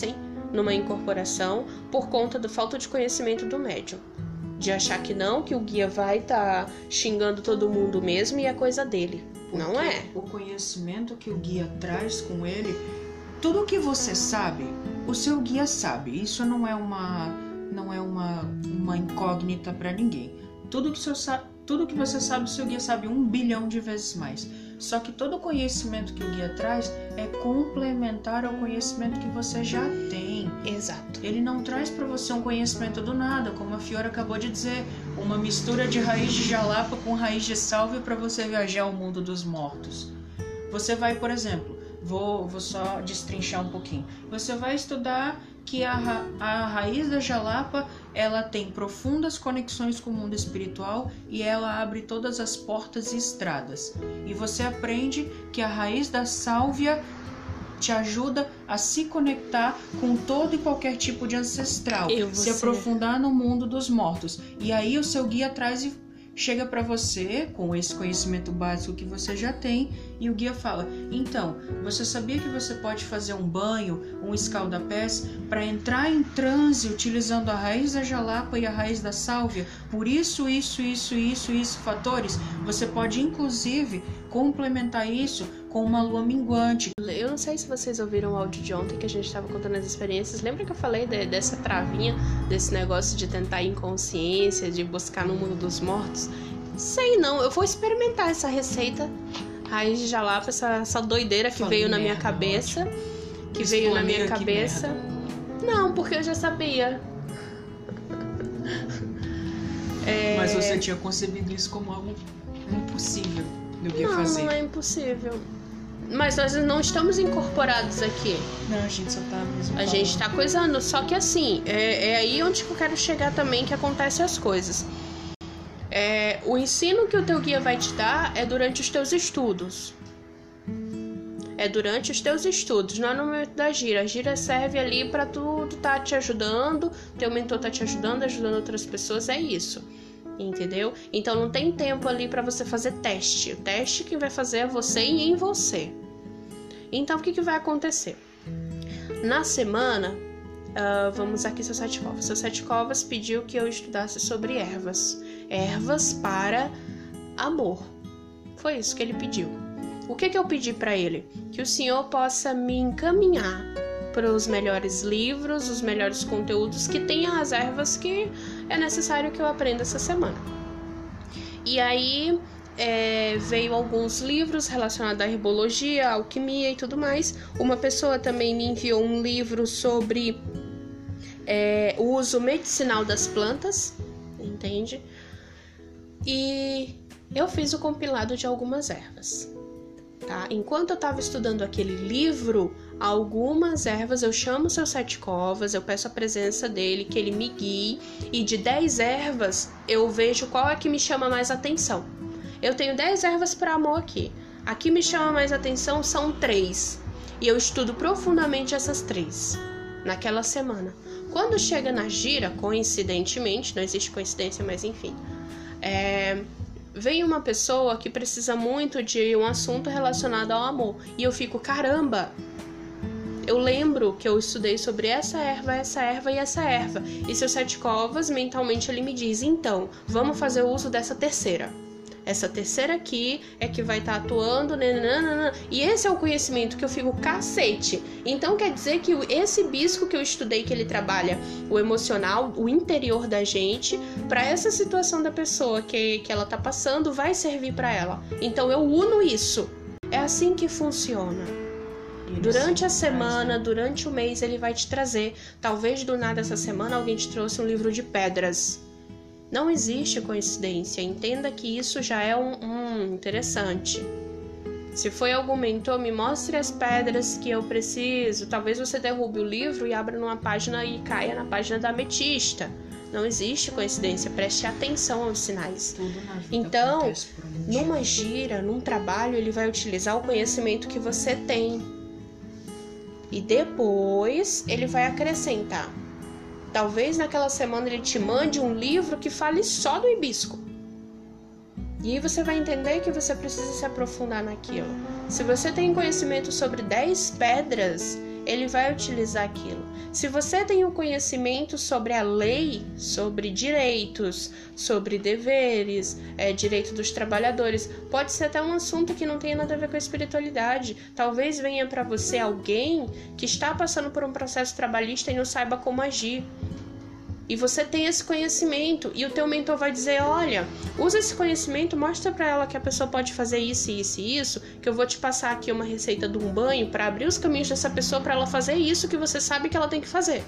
numa incorporação por conta da falta de conhecimento do médium. De achar que não, que o guia vai estar tá xingando todo mundo mesmo e é coisa dele. Porque não é. O conhecimento que o guia traz com ele, tudo que você sabe, o seu guia sabe. Isso não é uma, não é uma, uma incógnita para ninguém. Tudo que, seu, tudo que você sabe, o seu guia sabe um bilhão de vezes mais. Só que todo o conhecimento que o guia traz é complementar ao conhecimento que você já tem. Exato. Ele não traz para você um conhecimento do nada, como a Fiora acabou de dizer, uma mistura de raiz de jalapa com raiz de sálvia para você viajar ao mundo dos mortos. Você vai, por exemplo, vou, vou só destrinchar um pouquinho. Você vai estudar que a, ra a raiz da jalapa, ela tem profundas conexões com o mundo espiritual e ela abre todas as portas e estradas. E você aprende que a raiz da sálvia te ajuda a se conectar com todo e qualquer tipo de ancestral, se aprofundar no mundo dos mortos. E aí o seu guia traz e chega para você com esse conhecimento básico que você já tem e o guia fala: então, você sabia que você pode fazer um banho, um escaldapés para entrar em transe utilizando a raiz da jalapa e a raiz da sálvia? Por isso, isso, isso, isso, isso fatores, você pode inclusive complementar isso com uma lua minguante. Eu não sei se vocês ouviram o áudio de ontem que a gente estava contando as experiências. Lembra que eu falei de, dessa travinha, desse negócio de tentar inconsciência, de buscar no mundo dos mortos? Sei não, eu vou experimentar essa receita raiz de jalapa, essa, essa doideira que Falei veio na merda, minha cabeça. ótimo. Que veio na minha Explaneira, cabeça. Não, porque eu já sabia. É... Mas você tinha concebido isso como algo impossível do que não, fazer. Não, é impossível. Mas nós não estamos incorporados aqui. Não, a gente só tá mesmo A falando. gente tá coisando. Só que assim, é, é aí onde eu quero chegar também que acontecem as coisas. É, o ensino que o teu guia vai te dar é durante os teus estudos. É durante os teus estudos, não é no momento da gira. A gira serve ali pra tu, tu tá te ajudando, teu mentor tá te ajudando, ajudando outras pessoas, é isso. Entendeu? Então não tem tempo ali pra você fazer teste. O teste que vai fazer é você e em você. Então o que, que vai acontecer? Na semana, uh, vamos aqui, seu Sete Covas. Seu Sete Covas pediu que eu estudasse sobre ervas. Ervas para amor. Foi isso que ele pediu. O que, que eu pedi para ele? Que o senhor possa me encaminhar para os melhores livros, os melhores conteúdos que tenham as ervas que é necessário que eu aprenda essa semana. E aí é, veio alguns livros relacionados à herbologia, alquimia e tudo mais. Uma pessoa também me enviou um livro sobre é, o uso medicinal das plantas, entende? E eu fiz o compilado de algumas ervas. Tá? Enquanto eu estava estudando aquele livro, algumas ervas, eu chamo o seu Sete Covas, eu peço a presença dele, que ele me guie, e de dez ervas eu vejo qual é que me chama mais atenção. Eu tenho dez ervas para amor aqui. A que me chama mais atenção são três, e eu estudo profundamente essas três naquela semana. Quando chega na gira, coincidentemente, não existe coincidência, mas enfim, é... vem uma pessoa que precisa muito de um assunto relacionado ao amor. E eu fico, caramba, eu lembro que eu estudei sobre essa erva, essa erva e essa erva. E seu Sete Covas, mentalmente, ele me diz, então, vamos fazer o uso dessa terceira. Essa terceira aqui é que vai estar tá atuando, nananana. E esse é o conhecimento que eu fico, cacete. Então quer dizer que esse bisco que eu estudei, que ele trabalha o emocional, o interior da gente, para essa situação da pessoa que, que ela tá passando, vai servir para ela. Então eu uno isso. É assim que funciona. Durante a semana, durante o mês, ele vai te trazer. Talvez do nada essa semana alguém te trouxe um livro de pedras. Não existe coincidência, entenda que isso já é um, um interessante. Se foi algum mentor, me mostre as pedras que eu preciso. Talvez você derrube o livro e abra numa página e caia na página da ametista. Não existe coincidência, preste atenção aos sinais. Tudo na vida então, acontece por um motivo. numa gira, num trabalho, ele vai utilizar o conhecimento que você tem. E depois ele vai acrescentar. Talvez naquela semana ele te mande um livro que fale só do hibisco. E aí você vai entender que você precisa se aprofundar naquilo. Se você tem conhecimento sobre dez pedras, ele vai utilizar aquilo. Se você tem o conhecimento sobre a lei, sobre direitos, sobre deveres, é, direito dos trabalhadores, pode ser até um assunto que não tenha nada a ver com a espiritualidade. Talvez venha para você alguém que está passando por um processo trabalhista e não saiba como agir. E você tem esse conhecimento e o teu mentor vai dizer, olha, usa esse conhecimento, mostra para ela que a pessoa pode fazer isso, isso e isso, que eu vou te passar aqui uma receita de um banho para abrir os caminhos dessa pessoa para ela fazer isso que você sabe que ela tem que fazer.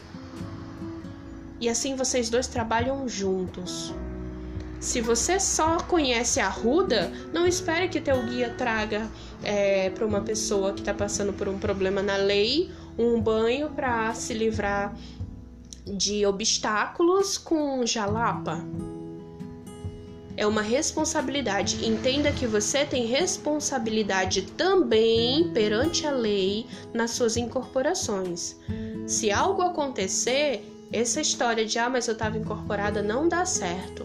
E assim vocês dois trabalham juntos. Se você só conhece a arruda, não espere que teu guia traga é, para uma pessoa que está passando por um problema na lei um banho para se livrar de obstáculos com jalapa. É uma responsabilidade. Entenda que você tem responsabilidade também perante a lei nas suas incorporações. Se algo acontecer, essa história de ah, mas eu estava incorporada não dá certo.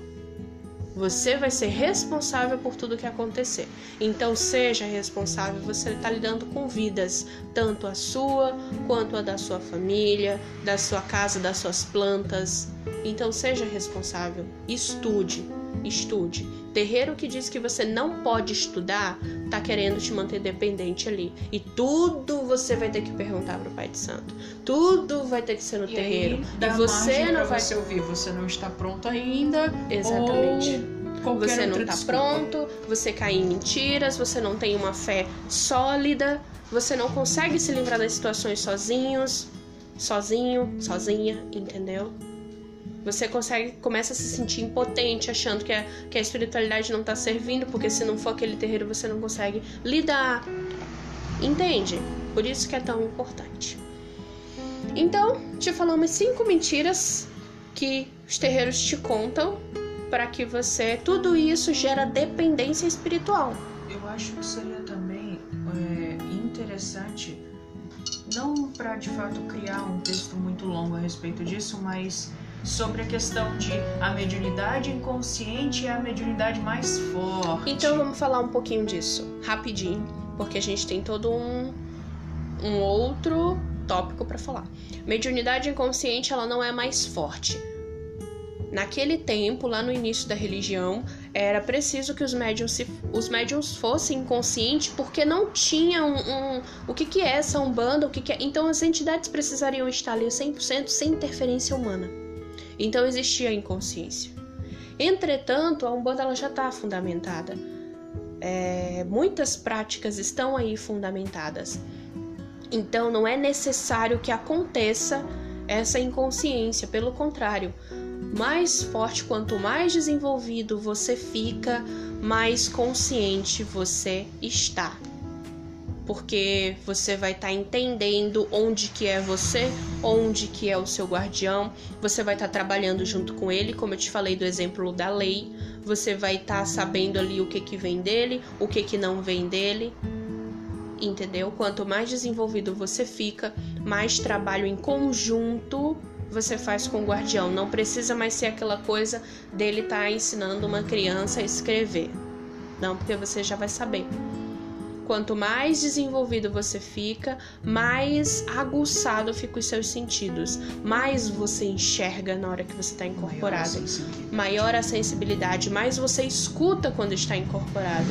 Você vai ser responsável por tudo que acontecer. Então seja responsável, você está lidando com vidas, tanto a sua quanto a da sua família, da sua casa, das suas plantas. Então seja responsável, estude, estude. Terreiro que diz que você não pode estudar, tá querendo te manter dependente ali. E tudo você vai ter que perguntar pro Pai de Santo. Tudo vai ter que ser no e terreiro. Aí, dá e você não vai você ouvir, você não está pronto ainda. Exatamente. Ou você não está pronto, você cai em mentiras, você não tem uma fé sólida, você não consegue se livrar das situações sozinhos, sozinho, sozinha, entendeu? Você consegue, começa a se sentir impotente, achando que a, que a espiritualidade não está servindo, porque se não for aquele terreiro você não consegue lidar. Entende? Por isso que é tão importante. Então, te falamos cinco mentiras que os terreiros te contam para que você... Tudo isso gera dependência espiritual. Eu acho que seria também é, interessante, não para de fato criar um texto muito longo a respeito disso, mas sobre a questão de a mediunidade inconsciente é a mediunidade mais forte. Então vamos falar um pouquinho disso, rapidinho, porque a gente tem todo um, um outro tópico para falar. Mediunidade inconsciente, ela não é mais forte. Naquele tempo, lá no início da religião, era preciso que os médiuns, se, os médiuns fossem inconscientes, porque não tinha um, um, o que, que é essa umbanda, o que, que é... Então as entidades precisariam estar ali cem por cento sem interferência humana. Então existia a inconsciência. Entretanto, a umbanda ela já está fundamentada. É, muitas práticas estão aí fundamentadas. Então não é necessário que aconteça essa inconsciência, pelo contrário. Mais forte, quanto mais desenvolvido você fica, mais consciente você está. Porque você vai estar tá entendendo onde que é você, onde que é o seu guardião, você vai estar tá trabalhando junto com ele, como eu te falei do exemplo da lei, você vai estar tá sabendo ali o que que vem dele, o que que não vem dele, entendeu? Quanto mais desenvolvido você fica, mais trabalho em conjunto você faz com o guardião. Não precisa mais ser aquela coisa dele estar tá ensinando uma criança a escrever. Não, porque você já vai saber. Quanto mais desenvolvido você fica, mais aguçado ficam os seus sentidos. Mais você enxerga na hora que você está incorporado. Maior a sensibilidade. Maior a sensibilidade. Mais você escuta quando está incorporado.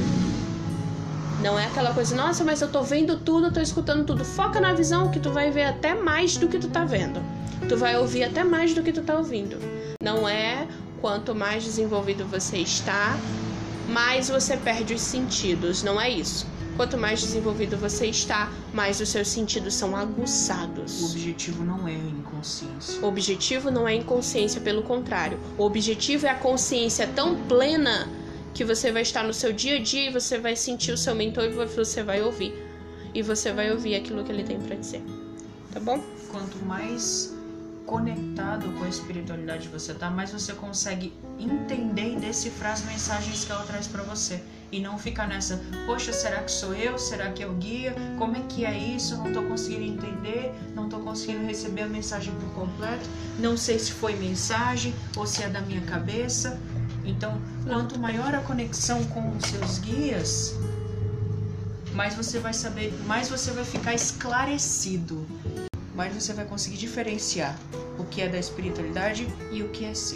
Não é aquela coisa, nossa, mas eu tô vendo tudo, eu tô escutando tudo. Foca na visão que tu vai ver até mais do que tu tá vendo. Tu vai ouvir até mais do que tu tá ouvindo. Não é quanto mais desenvolvido você está, mais você perde os sentidos. Não é isso. Quanto mais desenvolvido você está, mais os seus sentidos são aguçados. O objetivo não é a inconsciência. O objetivo não é a inconsciência, pelo contrário. O objetivo é a consciência tão plena que você vai estar no seu dia a dia e você vai sentir o seu mentor e você vai ouvir. E você vai ouvir aquilo que ele tem para dizer. Tá bom? Quanto mais conectado com a espiritualidade você tá, mais você consegue entender e decifrar as mensagens que ela traz para você. E não ficar nessa, poxa, será que sou eu? Será que é o guia? Como é que é isso? Não tô conseguindo entender, não tô conseguindo receber a mensagem por completo, não sei se foi mensagem ou se é da minha cabeça. Então, quanto maior a conexão com os seus guias, mais você vai saber, mais você vai ficar esclarecido. mais você vai conseguir diferenciar o que é da espiritualidade e o que é seu.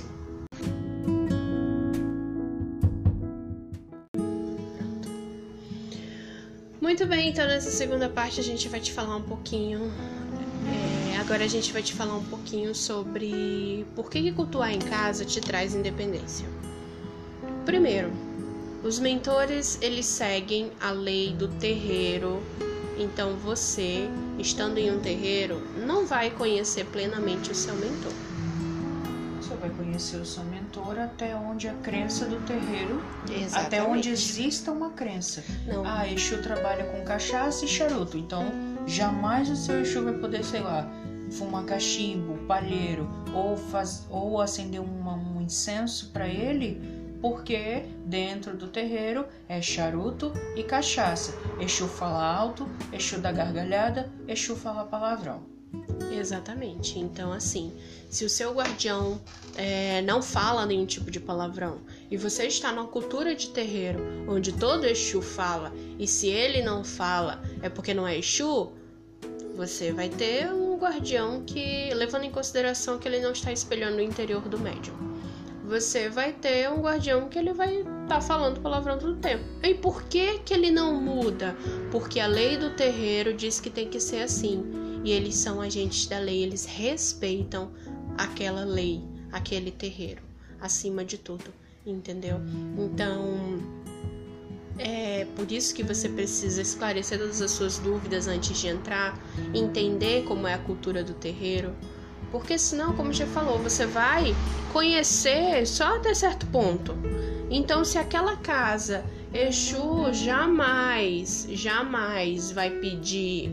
Muito bem, então nessa segunda parte a gente vai te falar um pouquinho. É, agora a gente vai te falar um pouquinho sobre por que, que cultuar em casa te traz independência. Primeiro, os mentores eles seguem a lei do terreiro. Então você, estando em um terreiro, não vai conhecer plenamente o seu mentor. Você vai conhecer o seu mentor até onde a crença do terreiro, Exatamente. Até onde exista uma crença. Não. Ah, Exu trabalha com cachaça e charuto, então jamais o seu Exu vai poder, sei lá, fumar cachimbo, palheiro, ou, faz, ou acender uma, um incenso para ele, porque dentro do terreiro é charuto e cachaça. Exu fala alto, Exu dá gargalhada, Exu fala palavrão. Exatamente. Então, assim, se o seu guardião é, não fala nenhum tipo de palavrão e você está numa cultura de terreiro onde todo Exu fala, e se ele não fala é porque não é Exu, você vai ter um guardião que, levando em consideração que ele não está espelhando o interior do médium, você vai ter um guardião que ele vai estar tá falando palavrão todo o tempo. E por que que ele não muda? Porque a lei do terreiro diz que tem que ser assim. E eles são agentes da lei, eles respeitam aquela lei, aquele terreiro, acima de tudo, entendeu? Então, é por isso que você precisa esclarecer todas as suas dúvidas antes de entrar, entender como é a cultura do terreiro, porque senão, como já falou, você vai conhecer só até certo ponto. Então, se aquela casa, Exu jamais, jamais vai pedir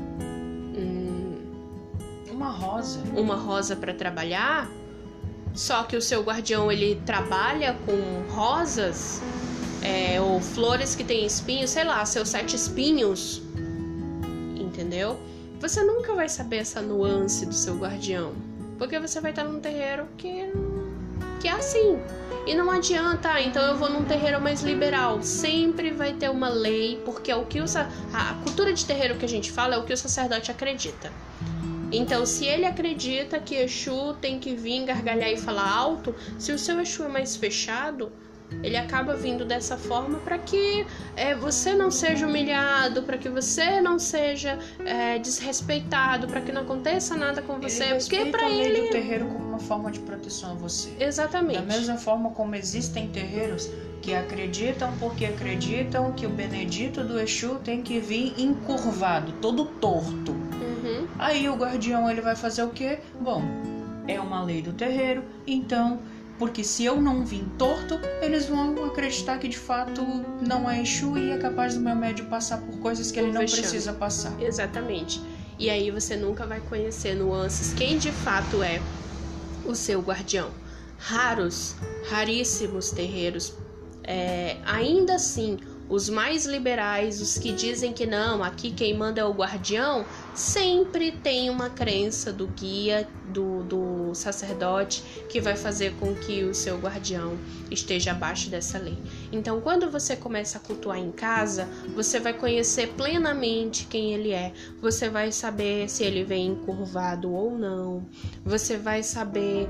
uma rosa, uma rosa para trabalhar, só que o seu guardião ele trabalha com rosas é, ou flores que tem espinhos, sei lá, seus sete espinhos, entendeu? Você nunca vai saber essa nuance do seu guardião, porque você vai estar num terreiro que, que é assim. E não adianta, ah, então eu vou num terreiro mais liberal. Sempre vai ter uma lei, porque é o que o, a cultura de terreiro que a gente fala é o que o sacerdote acredita. Então, se ele acredita que Exu tem que vir gargalhar e falar alto, se o seu Exu é mais fechado, ele acaba vindo dessa forma para que é, você não seja humilhado, para que você não seja é, desrespeitado, para que não aconteça nada com você. Ele porque para a lei ele do terreiro como uma forma de proteção a você. Exatamente. Da mesma forma como existem terreiros que acreditam porque acreditam que o benedito do Exu tem que vir encurvado, todo torto. Uhum. Aí o guardião ele vai fazer o quê? Bom, é uma lei do terreiro, então, porque se eu não vim torto, eles vão acreditar que de fato não é Exu e é capaz do meu médium passar por coisas que ele não Fechando. precisa passar. Exatamente. E aí você nunca vai conhecer nuances, quem de fato é o seu guardião. Raros, raríssimos terreiros, é, ainda assim, os mais liberais, os que dizem que não, aqui quem manda é o guardião, sempre tem uma crença do guia, do, do sacerdote, que vai fazer com que o seu guardião esteja abaixo dessa lei. Então, quando você começa a cultuar em casa, você vai conhecer plenamente quem ele é. Você vai saber se ele vem encurvado ou não. Você vai saber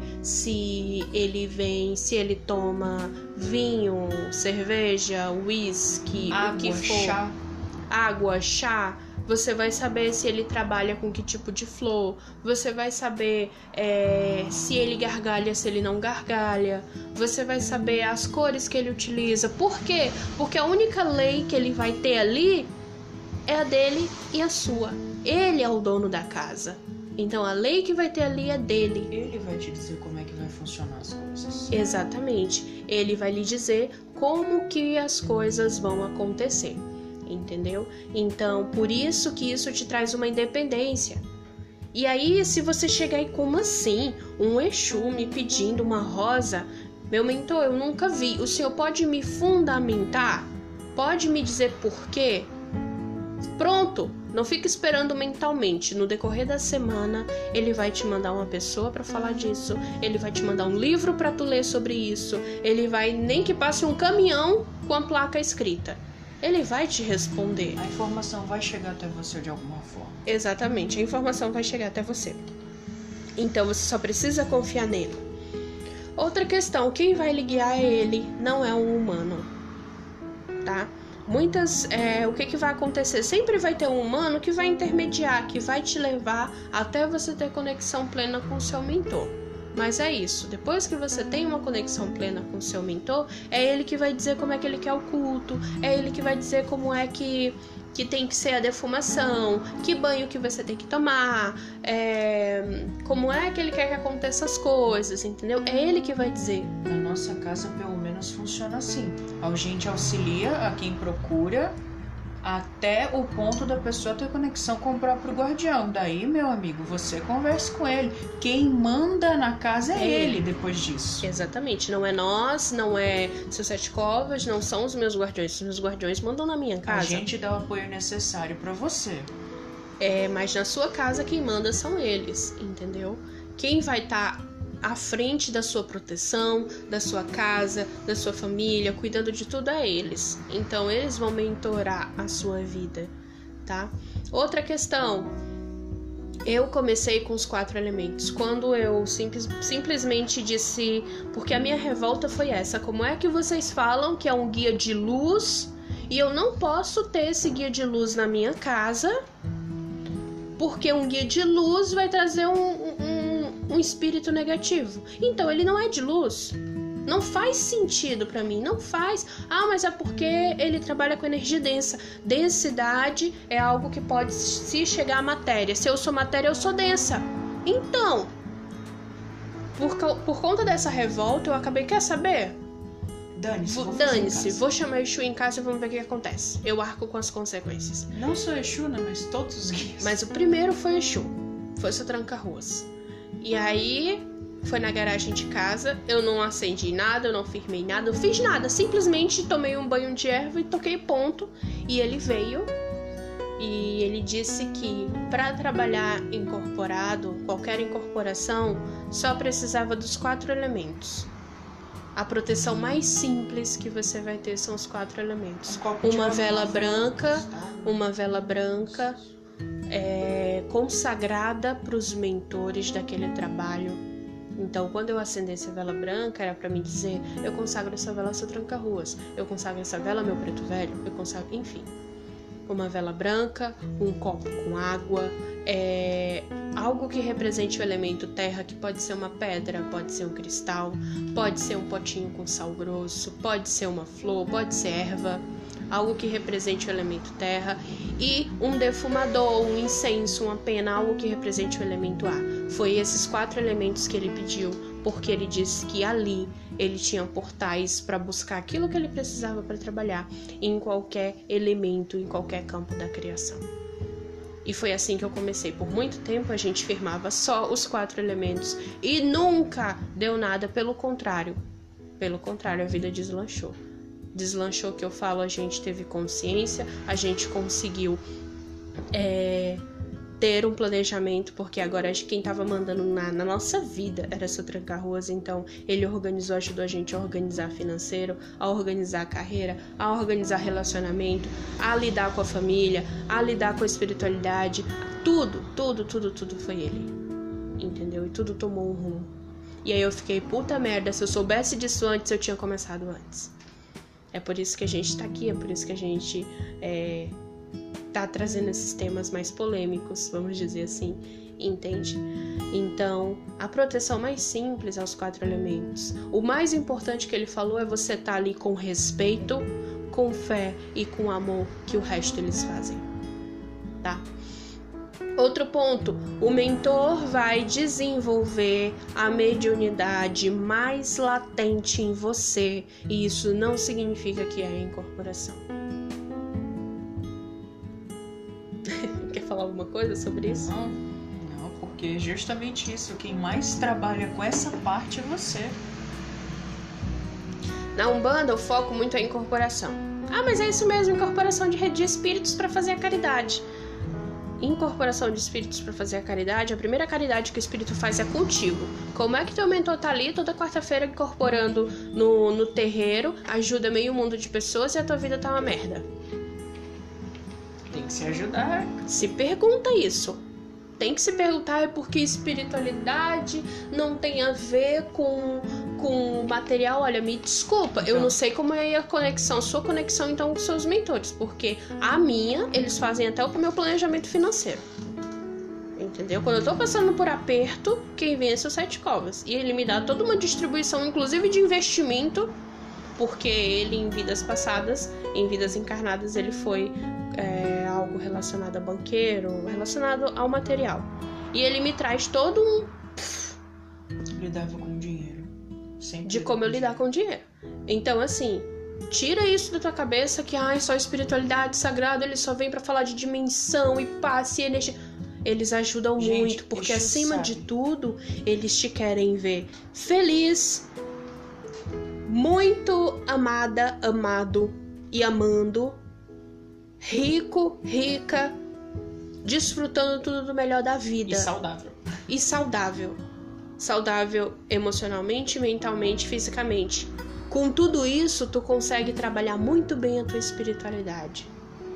se ele vem, se ele toma vinho, cerveja, uísque, o que for. Chá. Água, chá. Você vai saber se ele trabalha com que tipo de flor. Você vai saber é, se ele gargalha, se ele não gargalha. Você vai saber as cores que ele utiliza. Por quê? Porque a única lei que ele vai ter ali é a dele e a sua. Ele é o dono da casa. Então a lei que vai ter ali é dele. Ele vai te dizer como é que vai funcionar as coisas. Exatamente. Ele vai lhe dizer como que as coisas vão acontecer. Entendeu? Então, por isso que isso te traz uma independência. E aí, se você chegar e como assim? Um Exu me pedindo uma rosa? Meu mentor, eu nunca vi. O senhor pode me fundamentar? Pode me dizer por quê? Pronto! Não fica esperando mentalmente. No decorrer da semana, ele vai te mandar uma pessoa para falar disso. Ele vai te mandar um livro para tu ler sobre isso. Ele vai, nem que passe um caminhão com a placa escrita. ele vai te responder. A informação vai chegar até você de alguma forma. Exatamente, a informação vai chegar até você. Então você só precisa confiar nele. Outra questão, quem vai lhe guiar ele não é um humano, tá? Muitas, é, o que, que vai acontecer? Sempre vai ter um humano que vai intermediar, que vai te levar até você ter conexão plena com o seu mentor. Mas é isso, depois que você tem uma conexão plena com o seu mentor, é ele que vai dizer como é que ele quer o culto, é ele que vai dizer como é que, que tem que ser a defumação, que banho que você tem que tomar, é, como é que ele quer que aconteça as coisas, entendeu? É ele que vai dizer. Na nossa casa, pelo menos, funciona assim. A gente auxilia a quem procura até o ponto da pessoa ter conexão com o próprio guardião. Daí, meu amigo, você conversa com ele. Quem manda na casa é, é ele depois disso. Exatamente. Não é nós, não é seus sete covas, não são os meus guardiões. Os meus guardiões mandam na minha casa. A gente dá o apoio necessário pra você. É, mas na sua casa quem manda são eles, entendeu? Quem vai estar tá à frente da sua proteção, da sua casa, da sua família, cuidando de tudo é eles. Então eles vão mentorar a sua vida, tá? Outra questão, eu comecei com os quatro elementos. Quando eu simples, simplesmente disse, porque a minha revolta foi essa, como é que vocês falam que é um guia de luz e eu não posso ter esse guia de luz na minha casa, porque um guia de luz vai trazer um, um um espírito negativo. Então ele não é de luz. Não faz sentido pra mim, não faz. Ah, mas é porque ele trabalha com energia densa. Densidade é algo que pode se chegar à matéria. Se eu sou matéria, eu sou densa. Então, por, por conta dessa revolta, eu acabei, quer saber? Dane-se, vou, Dane-se, vou chamar Exu em casa e vamos ver o que acontece. Eu arco com as consequências. Não só Exu, né, mas todos os guias. Mas o primeiro foi Exu. Foi seu tranca-ruas. E aí, foi na garagem de casa, eu não acendi nada, eu não firmei nada, eu fiz nada. Simplesmente tomei um banho de erva e toquei ponto. E ele veio e ele disse que para trabalhar incorporado, qualquer incorporação, só precisava dos quatro elementos. A proteção mais simples que você vai ter são os quatro elementos. Uma vela branca, uma vela branca, É, consagrada para os mentores daquele trabalho. Então, quando eu acendesse a vela branca, era para me dizer: eu consagro essa vela a seu tranca-ruas, eu consagro essa vela ao meu preto velho, eu consagro, enfim. Uma vela branca, um copo com água, é, algo que represente o elemento terra, que pode ser uma pedra, pode ser um cristal, pode ser um potinho com sal grosso, pode ser uma flor, pode ser erva, algo que represente o elemento terra, e um defumador, um incenso, uma pena, algo que represente o elemento ar. Foi esses quatro elementos que ele pediu, porque ele disse que ali ele tinha portais para buscar aquilo que ele precisava para trabalhar em qualquer elemento, em qualquer campo da criação. E foi assim que eu comecei. Por muito tempo a gente firmava só os quatro elementos e nunca deu nada, pelo contrário. Pelo contrário, a vida deslanchou. Deslanchou que eu falo, a gente teve consciência, a gente conseguiu é, ter um planejamento, porque agora quem estava mandando na, na nossa vida era seu tranca-ruas, então ele organizou, ajudou a gente a organizar financeiro, a organizar a carreira, a organizar relacionamento, a lidar com a família, a lidar com a espiritualidade, tudo, tudo, tudo, tudo foi ele, entendeu? E tudo tomou um rumo. E aí eu fiquei, puta merda, se eu soubesse disso antes, eu tinha começado antes. É por isso que a gente tá aqui, é por isso que a gente é, tá trazendo esses temas mais polêmicos, vamos dizer assim, entende? Então, a proteção mais simples aos quatro elementos. O mais importante que ele falou é você estar ali com respeito, com fé e com amor, que o resto eles fazem, tá? Outro ponto, o mentor vai desenvolver a mediunidade mais latente em você, e isso não significa que é a incorporação. Quer falar alguma coisa sobre isso? Não, não, porque é justamente isso, quem mais trabalha com essa parte é você. Na Umbanda, o foco muito é a incorporação. Ah, mas é isso mesmo, incorporação de rede de espíritos para fazer a caridade. incorporação de espíritos para fazer a caridade, a primeira caridade que o espírito faz é contigo. Como é que teu mentor tá ali toda quarta-feira incorporando no, no terreiro, ajuda meio mundo de pessoas e a tua vida tá uma merda? Tem que se ajudar. Se pergunta isso. Tem que se perguntar é porque espiritualidade não tem a ver com, com material. Olha, me desculpa, então, eu não sei como é a conexão, sua conexão então com seus mentores, porque a minha, eles fazem até o meu planejamento financeiro. Entendeu? Quando eu tô passando por aperto, quem vem é seu Sete Covas. E ele me dá toda uma distribuição, inclusive de investimento, porque ele em vidas passadas, em vidas encarnadas, ele foi... É, algo relacionado a banqueiro, relacionado ao material. E ele me traz todo um... Lidava com dinheiro. Sempre de como eu lidar com dinheiro. Então, assim, tira isso da tua cabeça que, ai, só espiritualidade sagrada, ele só vem pra falar de dimensão e passe e energia. Eles ajudam Gente, muito, porque acima sabe. de tudo, eles te querem ver feliz, muito amada, amado e amando, rico, rica, desfrutando tudo do melhor da vida. E saudável. E saudável. Saudável emocionalmente, mentalmente, fisicamente. Com tudo isso, tu consegue trabalhar muito bem a tua espiritualidade.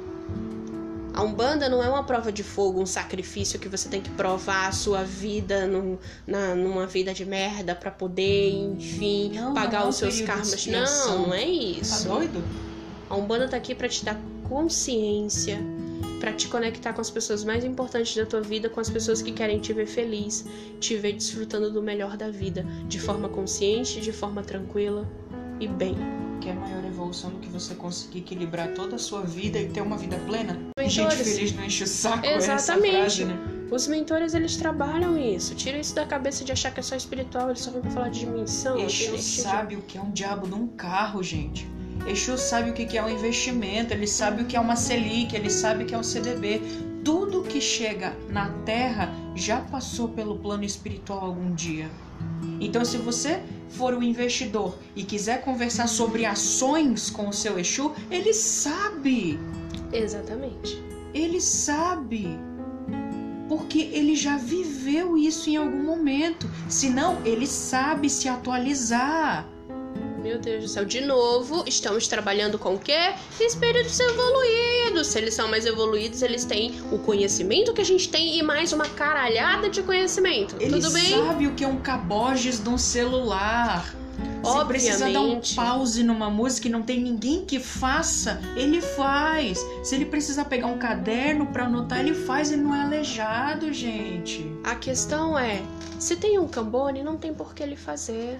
A Umbanda não é uma prova de fogo, um sacrifício que você tem que provar a sua vida num, na, numa vida de merda pra poder, enfim, não, pagar não os seus karmas. Não, não é isso. Tá doido? A Umbanda tá aqui pra te dar consciência, pra te conectar com as pessoas mais importantes da tua vida, com as pessoas que querem te ver feliz, te ver desfrutando do melhor da vida, de forma consciente, de forma tranquila e bem. Que é a maior evolução do que você conseguir equilibrar toda a sua vida e ter uma vida plena. Mentores. Gente feliz não enche o saco. Exatamente. Essa frase, né? Os mentores, eles trabalham isso. Tira isso da cabeça de achar que é só espiritual, eles só vêm pra falar de dimensão. Exu sabe o que é um diabo num carro, gente. Exu sabe o que é um investimento, ele sabe o que é uma Selic, ele sabe o que é um C D B. Tudo que chega na Terra já passou pelo plano espiritual algum dia. Então, se você for um investidor e quiser conversar sobre ações com o seu Exu, ele sabe. Exatamente. Ele sabe. Porque ele já viveu isso em algum momento. Senão, ele sabe se atualizar. Meu Deus do céu, de novo, estamos trabalhando com o quê? Espíritos evoluídos. Se eles são mais evoluídos, eles têm o conhecimento que a gente tem e mais uma caralhada de conhecimento. Ele Tudo bem? sabe o que é um caboges de um celular. Se precisa dar um pause numa música e não tem ninguém que faça, ele faz. Se ele precisar pegar um caderno pra anotar, ele faz. Ele não é aleijado, gente. A questão é, se tem um Cambone, não tem por que ele fazer.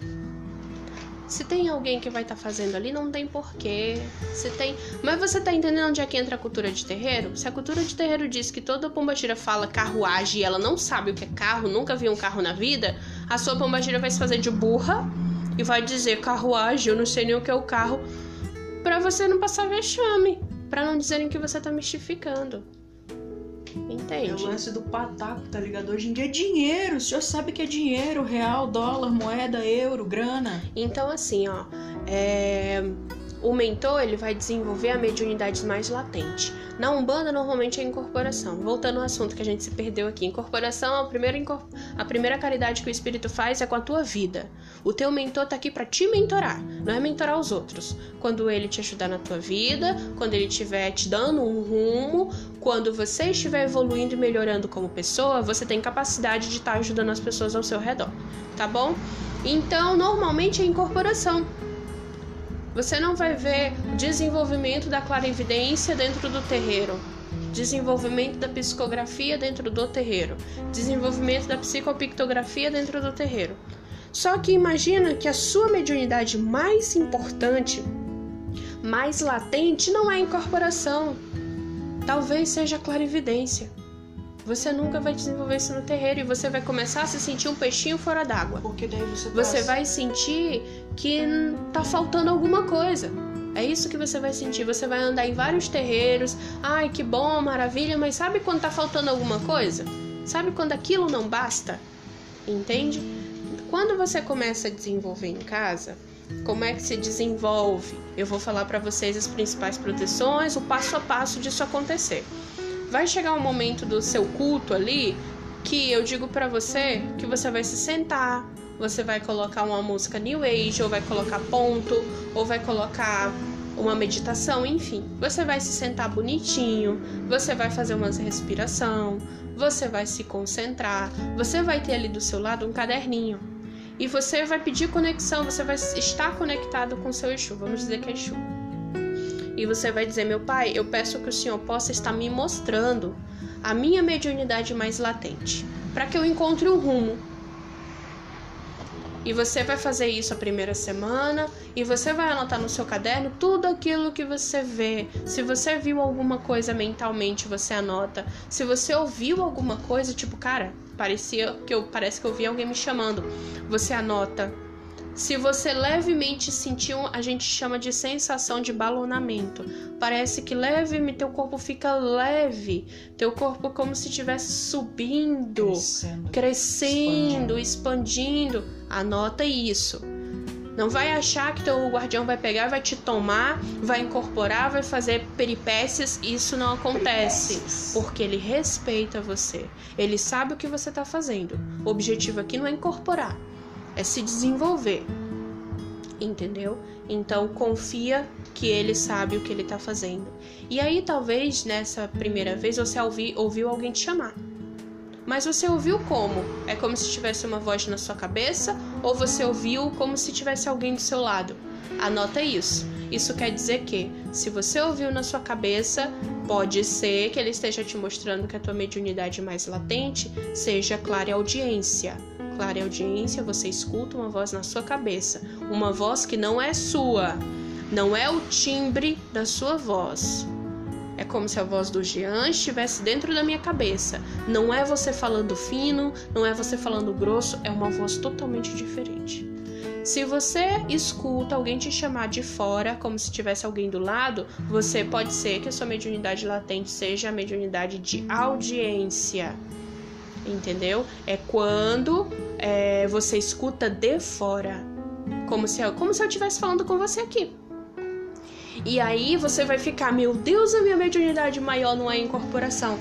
Se tem alguém que vai estar tá fazendo ali, não tem porquê. Se tem... Mas você tá entendendo onde é que entra a cultura de terreiro? Se a cultura de terreiro diz que toda pombagira fala carruagem e ela não sabe o que é carro, nunca viu um carro na vida, a sua pombagira vai se fazer de burra e vai dizer carruagem, eu não sei nem o que é o carro, pra você não passar vexame, pra não dizerem que você tá mistificando. Entende? É o lance do pataco, tá ligado? Hoje em dia é dinheiro, o senhor sabe que é dinheiro, real, dólar, moeda, euro, grana. Então, assim, ó, é... o mentor, ele vai desenvolver a mediunidade mais latente. Na Umbanda, normalmente é incorporação. Voltando ao assunto que a gente se perdeu aqui. Incorporação, a primeira, incor... a primeira caridade que o espírito faz é com a tua vida. O teu mentor tá aqui pra te mentorar, não é mentorar os outros. Quando ele te ajudar na tua vida, quando ele estiver te dando um rumo, quando você estiver evoluindo e melhorando como pessoa, você tem capacidade de estar ajudando as pessoas ao seu redor, tá bom? Então, normalmente é incorporação. Você não vai ver desenvolvimento da clarividência dentro do terreiro, desenvolvimento da psicografia dentro do terreiro, desenvolvimento da psicopictografia dentro do terreiro. Só que imagina que a sua mediunidade mais importante, mais latente, não é a incorporação. Talvez seja a clarividência. Você nunca vai desenvolver isso no terreiro e você vai começar a se sentir um peixinho fora d'água. Porque daí você, você tá... vai sentir que tá faltando alguma coisa. É isso que você vai sentir. Você vai andar em vários terreiros. Ai, que bom, maravilha. Mas sabe quando tá faltando alguma coisa? Sabe quando aquilo não basta? Entende? Quando você começa a desenvolver em casa, como é que se desenvolve? Eu vou falar para vocês as principais proteções, o passo a passo disso acontecer. Vai chegar um momento do seu culto ali que eu digo pra você que você vai se sentar, você vai colocar uma música New Age, ou vai colocar ponto, ou vai colocar uma meditação, enfim. Você vai se sentar bonitinho, você vai fazer umas respiração, você vai se concentrar, você vai ter ali do seu lado um caderninho. E você vai pedir conexão, você vai estar conectado com o seu Exu, vamos dizer que é Exu. E você vai dizer, meu pai, eu peço que o senhor possa estar me mostrando a minha mediunidade mais latente, para que eu encontre um rumo. E você vai fazer isso a primeira semana, e você vai anotar no seu caderno tudo aquilo que você vê. Se você viu alguma coisa mentalmente, você anota. Se você ouviu alguma coisa, tipo, cara, parecia que eu, parece que eu vi alguém me chamando, você anota. Se você levemente sentiu, a gente chama de sensação de balonamento. Parece que levemente teu corpo fica leve, teu corpo como se estivesse subindo, crescendo, crescendo expandindo. expandindo. Anota isso. Não vai achar que teu guardião vai pegar, vai te tomar, vai incorporar, vai fazer peripécias. Isso não acontece, porque ele respeita você. Ele sabe o que você está fazendo. O objetivo aqui não é incorporar, é se desenvolver, entendeu? Então confia que ele sabe o que ele tá fazendo. E aí talvez nessa primeira vez você ouvi, ouviu alguém te chamar. Mas você ouviu como? É como se tivesse uma voz na sua cabeça, ou você ouviu como se tivesse alguém do seu lado? Anota isso. Isso quer dizer que, se você ouviu na sua cabeça, pode ser que ele esteja te mostrando que a tua mediunidade mais latente seja clareaudiência. Clareaudiência, você escuta uma voz na sua cabeça, uma voz que não é sua, não é o timbre da sua voz. É como se a voz do Jean estivesse dentro da minha cabeça. Não é você falando fino, não é você falando grosso, é uma voz totalmente diferente. Se você escuta alguém te chamar de fora, como se tivesse alguém do lado, você pode ser que a sua mediunidade latente seja a mediunidade de audiência. Entendeu? É quando é, você escuta de fora, como se, como se eu estivesse falando com você aqui. E aí você vai ficar, meu Deus, a minha mediunidade maior não é incorporação.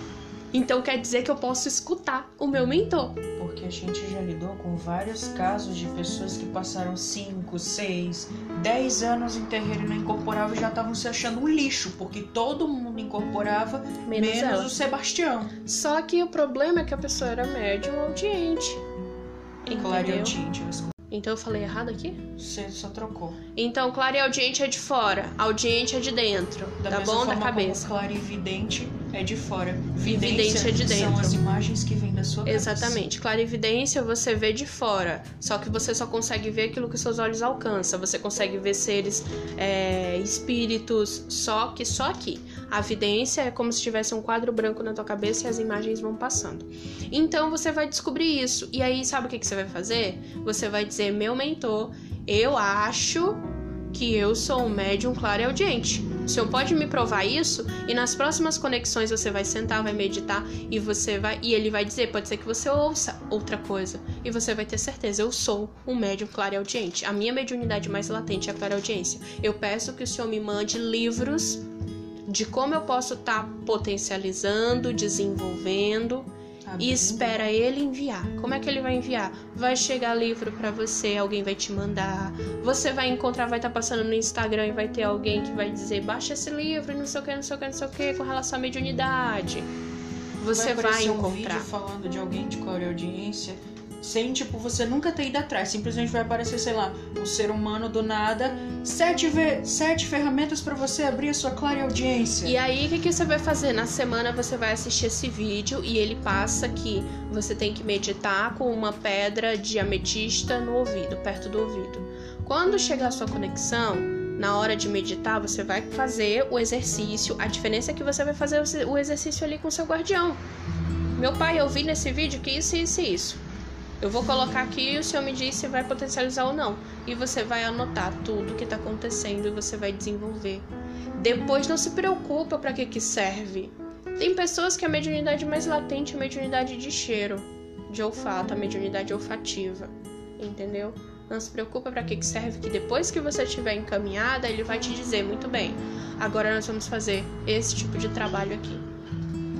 Então quer dizer que eu posso escutar o meu mentor. Porque a gente já lidou com vários casos de pessoas que passaram cinco, seis, dez anos em terreiro e não incorporavam e já estavam se achando um lixo, porque todo mundo incorporava, menos, menos o Sebastião. Só que o problema é que a pessoa era médium audiente. Clareaudiente, eu escuto. Então eu falei errado aqui? Você só trocou. Então clareaudiente é de fora, audiente é de dentro, da tá bom? Da cabeça. Clarividente é de fora. Vidência é de dentro. São as imagens que vêm da sua cabeça. Exatamente. Clarividência você vê de fora, só que você só consegue ver aquilo que seus olhos alcançam. Você consegue ver seres, é, espíritos, só que só aqui. A vidência é como se tivesse um quadro branco na tua cabeça e as imagens vão passando. Então você vai descobrir isso. E aí sabe o que, que você vai fazer? Você vai dizer, meu mentor, eu acho que eu sou um médium clareaudiente. O senhor pode me provar isso? E nas próximas conexões você vai sentar, vai meditar e você vai e ele vai dizer, pode ser que você ouça outra coisa e você vai ter certeza, eu sou um médium clareaudiente. A minha mediunidade mais latente é a clareaudiência. Eu peço que o senhor me mande livros de como eu posso estar tá potencializando, desenvolvendo. E espera ele enviar. Como é que ele vai enviar? Vai chegar livro pra você, alguém vai te mandar. Você vai encontrar, vai estar tá passando no Instagram e vai ter alguém que vai dizer, baixa esse livro e não sei o que, não sei o que, não sei o que, com relação à mediunidade. Você vai, vai encontrar. Um vídeo falando de alguém de clareaudiência, sem, tipo, você nunca ter ido atrás. Simplesmente vai aparecer, sei lá, um ser humano do nada. Sete, ve- sete ferramentas pra você abrir a sua clareaudiência. E aí, o que, que você vai fazer? Na semana você vai assistir esse vídeo e ele passa que você tem que meditar com uma pedra de ametista no ouvido, perto do ouvido. Quando chegar a sua conexão, na hora de meditar, você vai fazer o exercício. A diferença é que você vai fazer o exercício ali com o seu guardião. Meu pai, eu vi nesse vídeo que isso, isso e isso. Eu vou colocar aqui e o senhor me diz se vai potencializar ou não. E você vai anotar tudo que está acontecendo e você vai desenvolver. Depois não se preocupa para que que serve. Tem pessoas que a mediunidade mais latente é a mediunidade de cheiro, de olfato, a mediunidade olfativa. Entendeu? Não se preocupa para que que serve, que depois que você estiver encaminhada, ele vai te dizer, muito bem, agora nós vamos fazer esse tipo de trabalho aqui.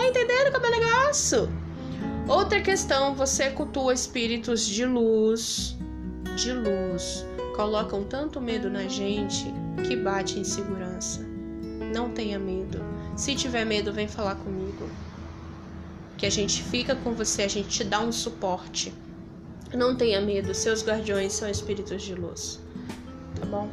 entendendo como é o negócio? Outra questão, você cultua espíritos de luz, de luz, colocam tanto medo na gente que bate em insegurança. Não tenha medo. Se tiver medo, vem falar comigo. Que a gente fica com você, a gente te dá um suporte. Não tenha medo, seus guardiões são espíritos de luz. Tá bom?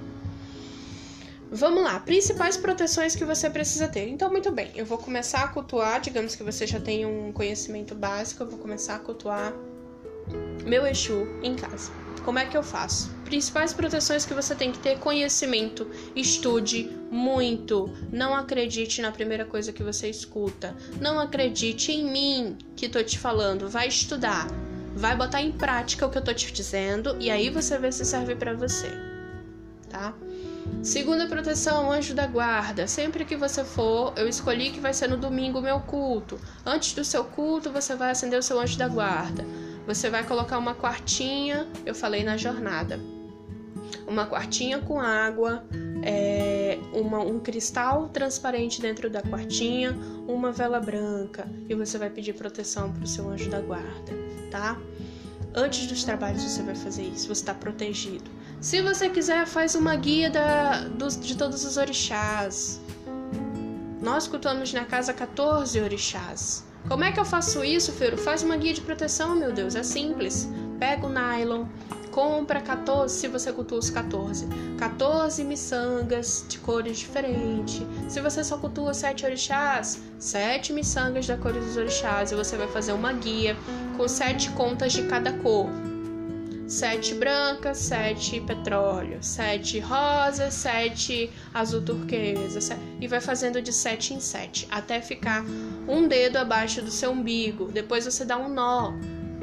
Vamos lá, principais proteções que você precisa ter. Então, muito bem, eu vou começar a cultuar, digamos que você já tem um conhecimento básico, eu vou começar a cultuar meu Exu em casa. Como é que eu faço? Principais proteções que você tem que ter: conhecimento, estude muito, não acredite na primeira coisa que você escuta, não acredite em mim que tô te falando, vai estudar, vai botar em prática o que eu tô te dizendo e aí você vê se serve pra você, tá? Segunda proteção, anjo da guarda. Sempre que você for, eu escolhi que vai ser no domingo o meu culto. Antes do seu culto, você vai acender o seu anjo da guarda. Você vai colocar uma quartinha, eu falei na jornada, uma quartinha com água, é, uma, um cristal transparente dentro da quartinha, uma vela branca, e você vai pedir proteção para o seu anjo da guarda, tá? Antes dos trabalhos você vai fazer isso, você está protegido. Se você quiser, faz uma guia da, dos, de todos os orixás. Nós cultuamos na casa quatorze orixás. Como é que eu faço isso, Feiro? Faz uma guia de proteção, meu Deus, é simples. Pega o nylon, compra quatorze, se você cultua os quatorze. quatorze miçangas de cores diferentes. Se você só cultua sete orixás, sete miçangas da cor dos orixás. E você vai fazer uma guia com sete contas de cada cor. Sete branca, sete petróleo, sete rosa, sete azul turquesa, sete, e vai fazendo de sete em sete, até ficar um dedo abaixo do seu umbigo. Depois você dá um nó,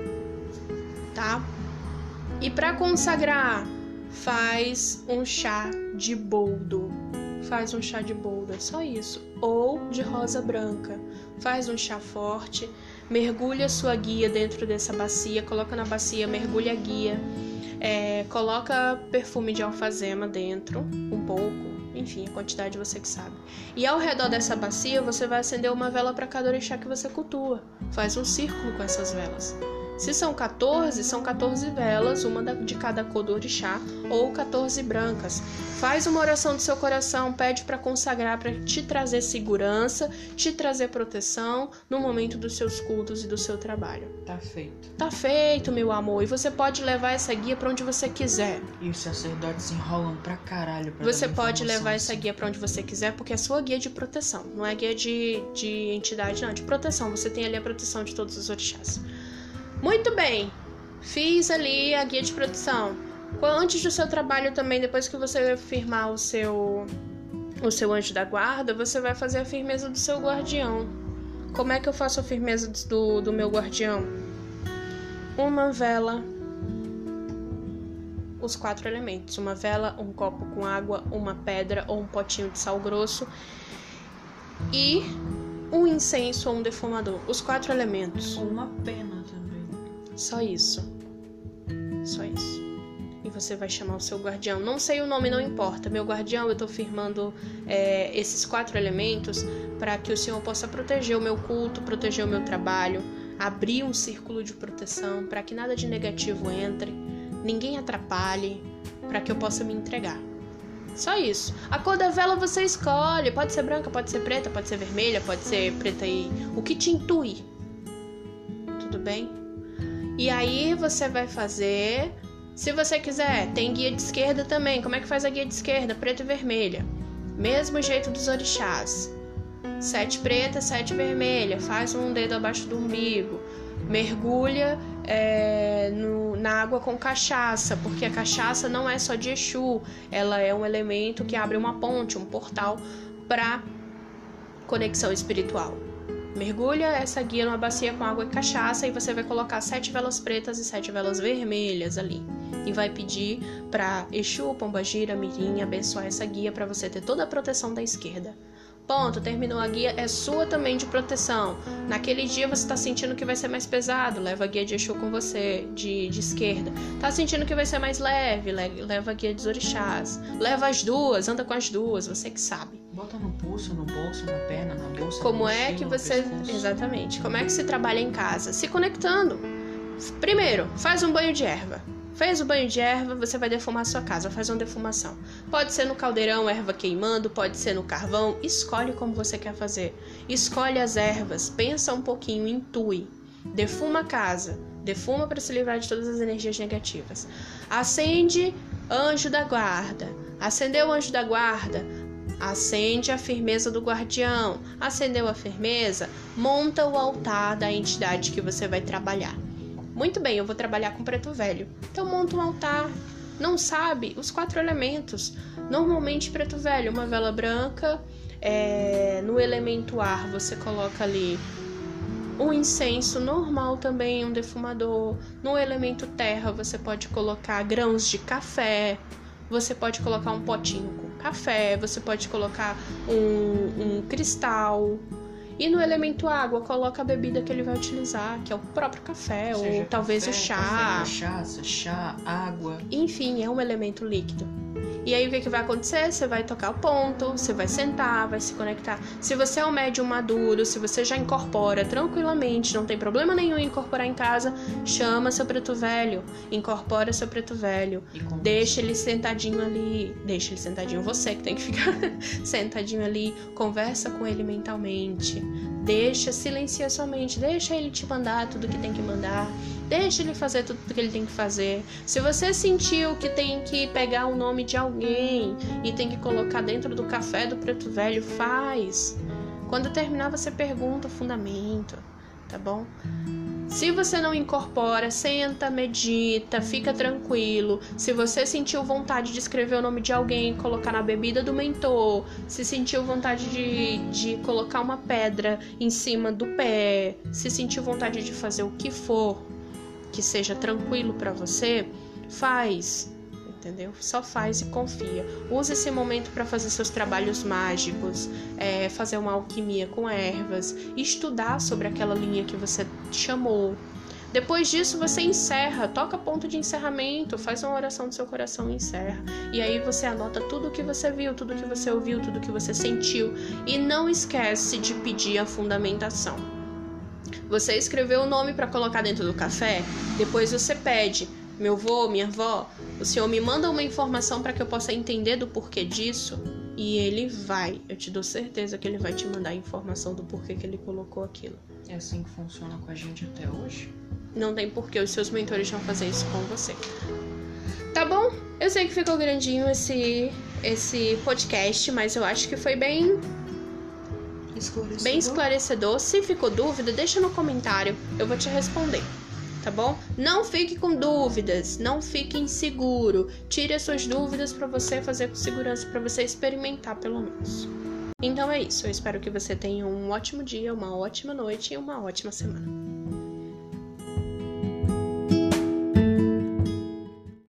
tá? E para consagrar, faz um chá de boldo. Faz um chá de boldo, é só isso. Ou de rosa branca. Faz um chá forte. Mergulha sua guia dentro dessa bacia, coloca na bacia, mergulha a guia, é, coloca perfume de alfazema dentro, um pouco, enfim, a quantidade você que sabe. E ao redor dessa bacia você vai acender uma vela para cada orixá que você cultua. Faz um círculo com essas velas. Se são quatorze, são quatorze velas, uma de cada cor do orixá, ou quatorze brancas. Faz uma oração do seu coração, pede para consagrar, para te trazer segurança, te trazer proteção no momento dos seus cultos e do seu trabalho. Tá feito. Tá feito, meu amor. E você pode levar essa guia para onde você quiser. E os sacerdotes enrolam pra caralho pra Você dar pode informação levar essa assim. guia para onde você quiser, porque é sua guia de proteção. Não é guia de, de entidade, não. De proteção. Você tem ali a proteção de todos os orixás. Muito bem, fiz ali a guia de proteção. Antes do seu trabalho também, depois que você firmar o seu, o seu anjo da guarda, você vai fazer a firmeza do seu guardião. Como é que eu faço a firmeza do, do meu guardião? Uma vela, os quatro elementos. Uma vela, um copo com água, uma pedra ou um potinho de sal grosso e um incenso ou um defumador. Os quatro elementos. Ou uma pena também. Só isso. Só isso. E você vai chamar o seu guardião. Não sei o nome, não importa. Meu guardião, eu tô firmando é, esses quatro elementos para que o Senhor possa proteger o meu culto, proteger o meu trabalho, abrir um círculo de proteção para que nada de negativo entre, ninguém atrapalhe, para que eu possa me entregar. Só isso. A cor da vela você escolhe. Pode ser branca, pode ser preta, pode ser vermelha, pode ser preta e... o que te intuir. Tudo bem? E aí você vai fazer... Se você quiser, tem guia de esquerda também. Como é que faz a guia de esquerda? Preta e vermelha. Mesmo jeito dos orixás. Sete preta, sete vermelha. Faz um dedo abaixo do umbigo. Mergulha é, no, na água com cachaça, porque a cachaça não é só de Exu. Ela é um elemento que abre uma ponte, um portal para conexão espiritual. Mergulha essa guia numa bacia com água e cachaça e você vai colocar sete velas pretas e sete velas vermelhas ali. E vai pedir para Exu, Pombagira, Mirim abençoar essa guia para você ter toda a proteção da esquerda. Ponto, terminou a guia, é sua também de proteção. Naquele dia você tá sentindo que vai ser mais pesado, leva a guia de Exu com você, de, de esquerda. Tá sentindo que vai ser mais leve, leva a guia dos orixás. Leva as duas, anda com as duas, você que sabe. Bota no pulso, no bolso, na perna, na bolsa. Como no é mochila, que no você... pescoço. Exatamente. Como é que se trabalha em casa? Se conectando. Primeiro, faz um banho de erva. Fez o banho de erva, você vai defumar a sua casa, faz uma defumação. Pode ser no caldeirão, erva queimando, pode ser no carvão, escolhe como você quer fazer. Escolhe as ervas, pensa um pouquinho, intui. Defuma a casa, defuma para se livrar de todas as energias negativas. Acende anjo da guarda. Acendeu o anjo da guarda, acende a firmeza do guardião. Acendeu a firmeza, monta o altar da entidade que você vai trabalhar. Muito bem, eu vou trabalhar com preto velho. Então monta um altar. Não sabe? Os quatro elementos. Normalmente preto velho, uma vela branca. É... No elemento ar você coloca ali um incenso normal também, um defumador. No elemento terra você pode colocar grãos de café. Você pode colocar um potinho com café. Você pode colocar um, um cristal. E no elemento água, coloca a bebida que ele vai utilizar, que é o próprio café, Seja ou talvez café, o chá. cachaça, chá, água. Enfim, é um elemento líquido. E aí o que, que vai acontecer? Você vai tocar o ponto, você vai sentar, vai se conectar. Se você é um médium maduro, se você já incorpora tranquilamente, não tem problema nenhum em incorporar em casa, chama seu preto velho, incorpora seu preto velho, deixa ele sentadinho ali, deixa ele sentadinho, você que tem que ficar sentadinho ali, conversa com ele mentalmente, deixa, silencia sua mente, deixa ele te mandar tudo que tem que mandar, deixa ele fazer tudo que ele tem que fazer. Se você sentiu que tem que pegar o nome de alguém e tem que colocar dentro do café do preto velho, faz. Quando terminar, você pergunta o fundamento, tá bom? Se você não incorpora, senta, medita, fica tranquilo. Se você sentiu vontade de escrever o nome de alguém, colocar na bebida do mentor, se sentiu vontade de, de colocar uma pedra em cima do pé, se sentiu vontade de fazer o que for que seja tranquilo para você, faz, entendeu? Só faz e confia. Use esse momento para fazer seus trabalhos mágicos, é, fazer uma alquimia com ervas, estudar sobre aquela linha que você chamou. Depois disso, você encerra, toca ponto de encerramento, faz uma oração do seu coração e encerra. E aí você anota tudo o que você viu, tudo o que você ouviu, tudo o que você sentiu. E não esquece de pedir a fundamentação. Você escreveu o nome para colocar dentro do café, depois você pede, meu avô, minha avó, o senhor me manda uma informação para que eu possa entender do porquê disso, e ele vai, eu te dou certeza que ele vai te mandar a informação do porquê que ele colocou aquilo. É assim que funciona com a gente até hoje? Não tem porquê os seus mentores vão fazer isso com você. Tá bom? Eu sei que ficou grandinho esse, esse podcast, mas eu acho que foi bem... Esclarecedor. Bem esclarecedor. Se ficou dúvida, deixa no comentário, eu vou te responder, tá bom? Não fique com dúvidas, não fique inseguro. Tire as suas dúvidas para você fazer com segurança, para você experimentar pelo menos. Então é isso, eu espero que você tenha um ótimo dia, uma ótima noite e uma ótima semana.